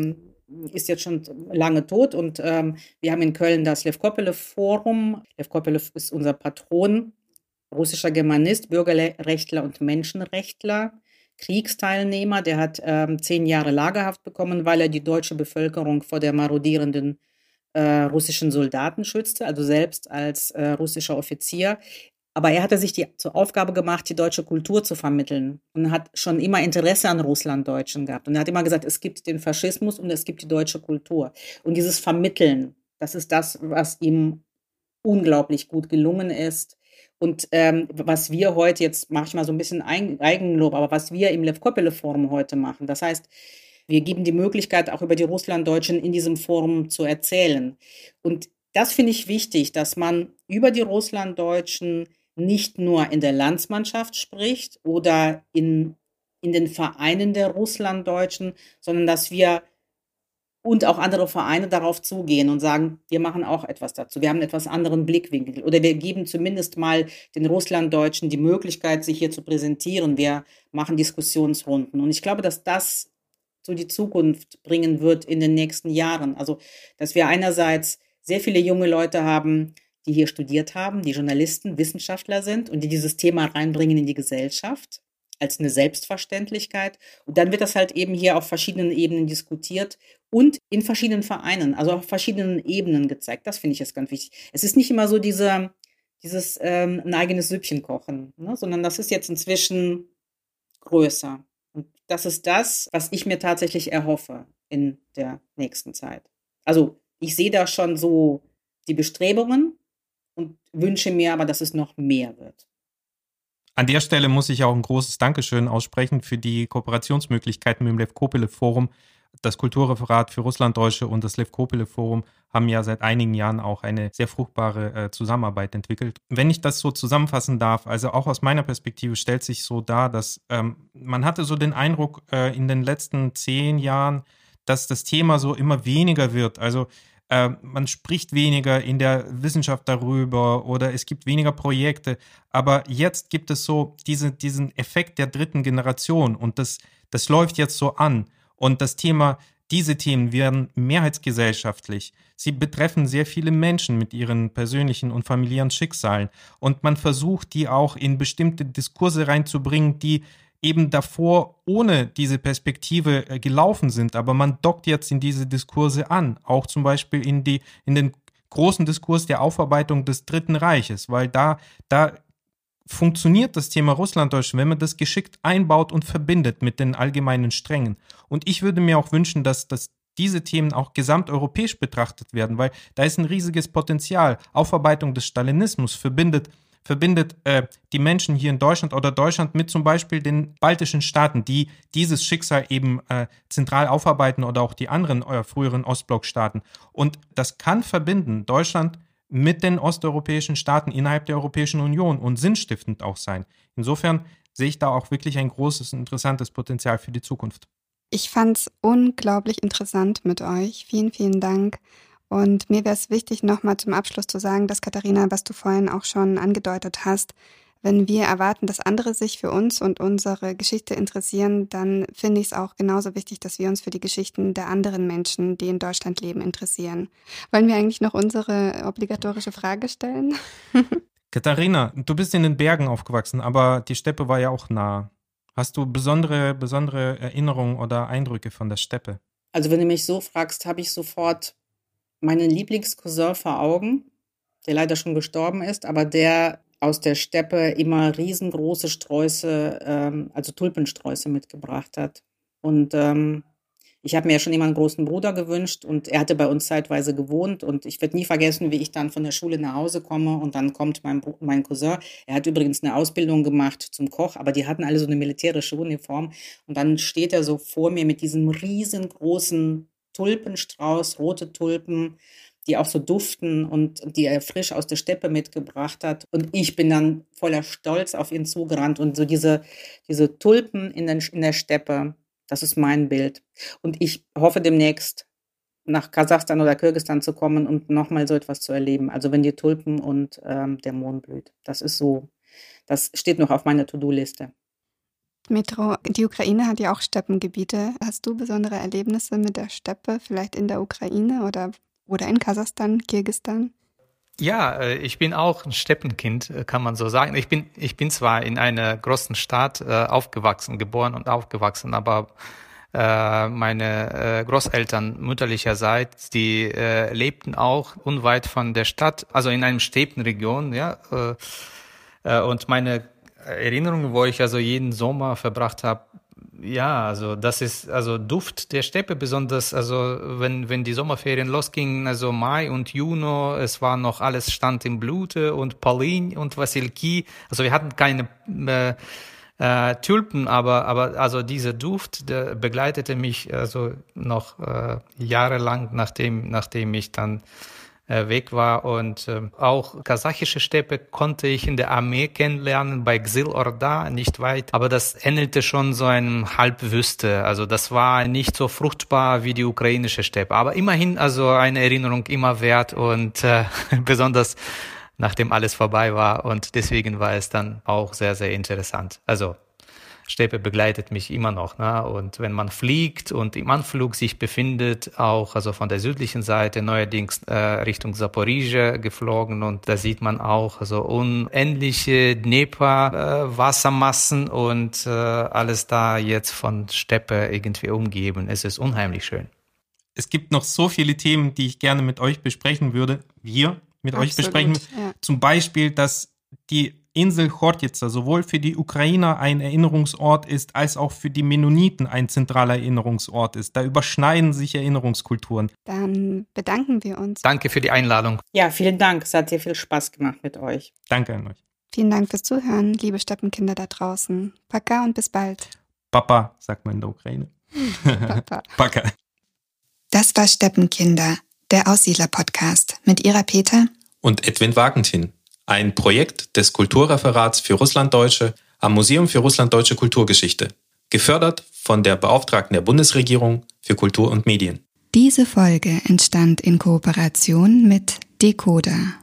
ist jetzt schon lange tot, und wir haben in Köln das Lev Kopelev Forum. Lev Kopelev ist unser Patron, russischer Germanist, Bürgerrechtler und Menschenrechtler, Kriegsteilnehmer. Der hat 10 Jahre Lagerhaft bekommen, weil er die deutsche Bevölkerung vor der marodierenden russischen Soldaten schützte, also selbst als russischer Offizier. Aber er hatte sich zur Aufgabe gemacht, die deutsche Kultur zu vermitteln, und hat schon immer Interesse an Russlanddeutschen gehabt. Und er hat immer gesagt, es gibt den Faschismus und es gibt die deutsche Kultur. Und dieses Vermitteln, das ist das, was ihm unglaublich gut gelungen ist. Und was wir heute, jetzt mache ich mal so ein bisschen Eigenlob, aber was wir im Lev Kopelev Forum heute machen, das heißt, wir geben die Möglichkeit, auch über die Russlanddeutschen in diesem Forum zu erzählen. Und das finde ich wichtig, dass man über die Russlanddeutschen nicht nur in der Landsmannschaft spricht oder in den Vereinen der Russlanddeutschen, sondern dass wir und auch andere Vereine darauf zugehen und sagen, wir machen auch etwas dazu. Wir haben einen etwas anderen Blickwinkel. Oder wir geben zumindest mal den Russlanddeutschen die Möglichkeit, sich hier zu präsentieren. Wir machen Diskussionsrunden. Und ich glaube, dass das so die Zukunft bringen wird in den nächsten Jahren. Also, dass wir einerseits sehr viele junge Leute haben, die hier studiert haben, die Journalisten, Wissenschaftler sind und die dieses Thema reinbringen in die Gesellschaft als eine Selbstverständlichkeit. Und dann wird das halt eben hier auf verschiedenen Ebenen diskutiert und in verschiedenen Vereinen, also auf verschiedenen Ebenen gezeigt. Das finde ich jetzt ganz wichtig. Es ist nicht immer so diese ein eigenes Süppchen kochen, ne? Sondern das ist jetzt inzwischen größer. Und das ist das, was ich mir tatsächlich erhoffe in der nächsten Zeit. Also ich sehe da schon so die Bestrebungen und wünsche mir aber, dass es noch mehr wird. An der Stelle muss ich auch ein großes Dankeschön aussprechen für die Kooperationsmöglichkeiten mit dem Lev Kopelev Forum. Das Kulturreferat für Russlanddeutsche und das Lev Kopelev Forum haben ja seit einigen Jahren auch eine sehr fruchtbare Zusammenarbeit entwickelt. Wenn ich das so zusammenfassen darf, also auch aus meiner Perspektive stellt sich so dar, dass man hatte so den Eindruck in den letzten 10 Jahren, dass das Thema so immer weniger wird. Also man spricht weniger in der Wissenschaft darüber oder es gibt weniger Projekte. Aber jetzt gibt es so diesen Effekt der dritten Generation und das läuft jetzt so an. Und diese Themen werden mehrheitsgesellschaftlich. Sie betreffen sehr viele Menschen mit ihren persönlichen und familiären Schicksalen. Und man versucht, die auch in bestimmte Diskurse reinzubringen, die eben davor ohne diese Perspektive gelaufen sind. Aber man dockt jetzt in diese Diskurse an. Auch zum Beispiel in den großen Diskurs der Aufarbeitung des Dritten Reiches. Weil da funktioniert das Thema Russlanddeutsch, wenn man das geschickt einbaut und verbindet mit den allgemeinen Strängen. Und ich würde mir auch wünschen, dass diese Themen auch gesamteuropäisch betrachtet werden, weil da ist ein riesiges Potenzial. Aufarbeitung des Stalinismus verbindet die Menschen hier in Deutschland oder Deutschland mit zum Beispiel den baltischen Staaten, die dieses Schicksal eben zentral aufarbeiten oder auch die anderen früheren Ostblockstaaten. Und das kann verbinden, Deutschland mit den osteuropäischen Staaten innerhalb der Europäischen Union und sinnstiftend auch sein. Insofern sehe ich da auch wirklich ein großes, interessantes Potenzial für die Zukunft. Ich fand es unglaublich interessant mit euch. Vielen, vielen Dank. Und mir wäre es wichtig, nochmal zum Abschluss zu sagen, dass Katharina, was du vorhin auch schon angedeutet hast, wenn wir erwarten, dass andere sich für uns und unsere Geschichte interessieren, dann finde ich es auch genauso wichtig, dass wir uns für die Geschichten der anderen Menschen, die in Deutschland leben, interessieren. Wollen wir eigentlich noch unsere obligatorische Frage stellen? Katharina, du bist in den Bergen aufgewachsen, aber die Steppe war ja auch nah. Hast du besondere Erinnerungen oder Eindrücke von der Steppe? Also wenn du mich so fragst, habe ich sofort meinen Lieblingscousin vor Augen, der leider schon gestorben ist, aber der aus der Steppe immer riesengroße Sträuße, also Tulpensträuße mitgebracht hat. Und ich habe mir ja schon immer einen großen Bruder gewünscht und er hatte bei uns zeitweise gewohnt und ich werde nie vergessen, wie ich dann von der Schule nach Hause komme und dann kommt mein Cousin. Er hat übrigens eine Ausbildung gemacht zum Koch, aber die hatten alle so eine militärische Uniform und dann steht er so vor mir mit diesem riesengroßen Tulpenstrauß, rote Tulpen, die auch so duften und die er frisch aus der Steppe mitgebracht hat. Und ich bin dann voller Stolz auf ihn zugerannt und so diese Tulpen in der Steppe, das ist mein Bild. Und ich hoffe demnächst nach Kasachstan oder Kirgisistan zu kommen und nochmal so etwas zu erleben. Also wenn die Tulpen und der Mond blüht. Das steht noch auf meiner To-Do-Liste. Metro, die Ukraine hat ja auch Steppengebiete. Hast du besondere Erlebnisse mit der Steppe, vielleicht in der Ukraine oder in Kasachstan, Kirgisistan? Ja, ich bin auch ein Steppenkind, kann man so sagen. Ich bin zwar in einer großen Stadt geboren und aufgewachsen, aber meine Großeltern mütterlicherseits, die lebten auch unweit von der Stadt, also in einem Steppenregion, ja. Und meine Erinnerung, wo ich also jeden Sommer verbracht habe, ja, also das ist also Duft der Steppe, besonders also wenn die Sommerferien losgingen, also Mai und Juni, es war noch alles stand im Blute und Polin und Vassilki, also wir hatten keine Tulpen, aber also dieser Duft, der begleitete mich also noch jahrelang, nachdem ich dann weg war und auch kasachische Steppe konnte ich in der Armee kennenlernen bei Gzil-Orda, nicht weit, aber das ähnelte schon so einem Halbwüste, also das war nicht so fruchtbar wie die ukrainische Steppe, aber immerhin also eine Erinnerung immer wert und besonders nachdem alles vorbei war und deswegen war es dann auch sehr, sehr interessant. Also Steppe begleitet mich immer noch, ne? Und wenn man fliegt und im Anflug sich befindet, auch also von der südlichen Seite neuerdings Richtung Zaporizhzhia geflogen und da sieht man auch also unendliche Dnepr Wassermassen und alles da jetzt von Steppe irgendwie umgeben. Es ist unheimlich schön. Es gibt noch so viele Themen, die ich gerne mit euch besprechen würde. mit euch besprechen. Ja. Zum Beispiel, dass die Insel Chortjica sowohl für die Ukrainer ein Erinnerungsort ist, als auch für die Mennoniten ein zentraler Erinnerungsort ist. Da überschneiden sich Erinnerungskulturen. Dann bedanken wir uns. Danke für die Einladung. Ja, vielen Dank. Es hat sehr viel Spaß gemacht mit euch. Danke an euch. Vielen Dank fürs Zuhören, liebe Steppenkinder da draußen. Paka und bis bald. Papa, sagt man in der Ukraine. Papa. Paka. Das war Steppenkinder, der Aussiedler-Podcast mit Ira Peter und Edwin Wagentin. Ein Projekt des Kulturreferats für Russlanddeutsche am Museum für Russlanddeutsche Kulturgeschichte, gefördert von der Beauftragten der Bundesregierung für Kultur und Medien. Diese Folge entstand in Kooperation mit Decoder.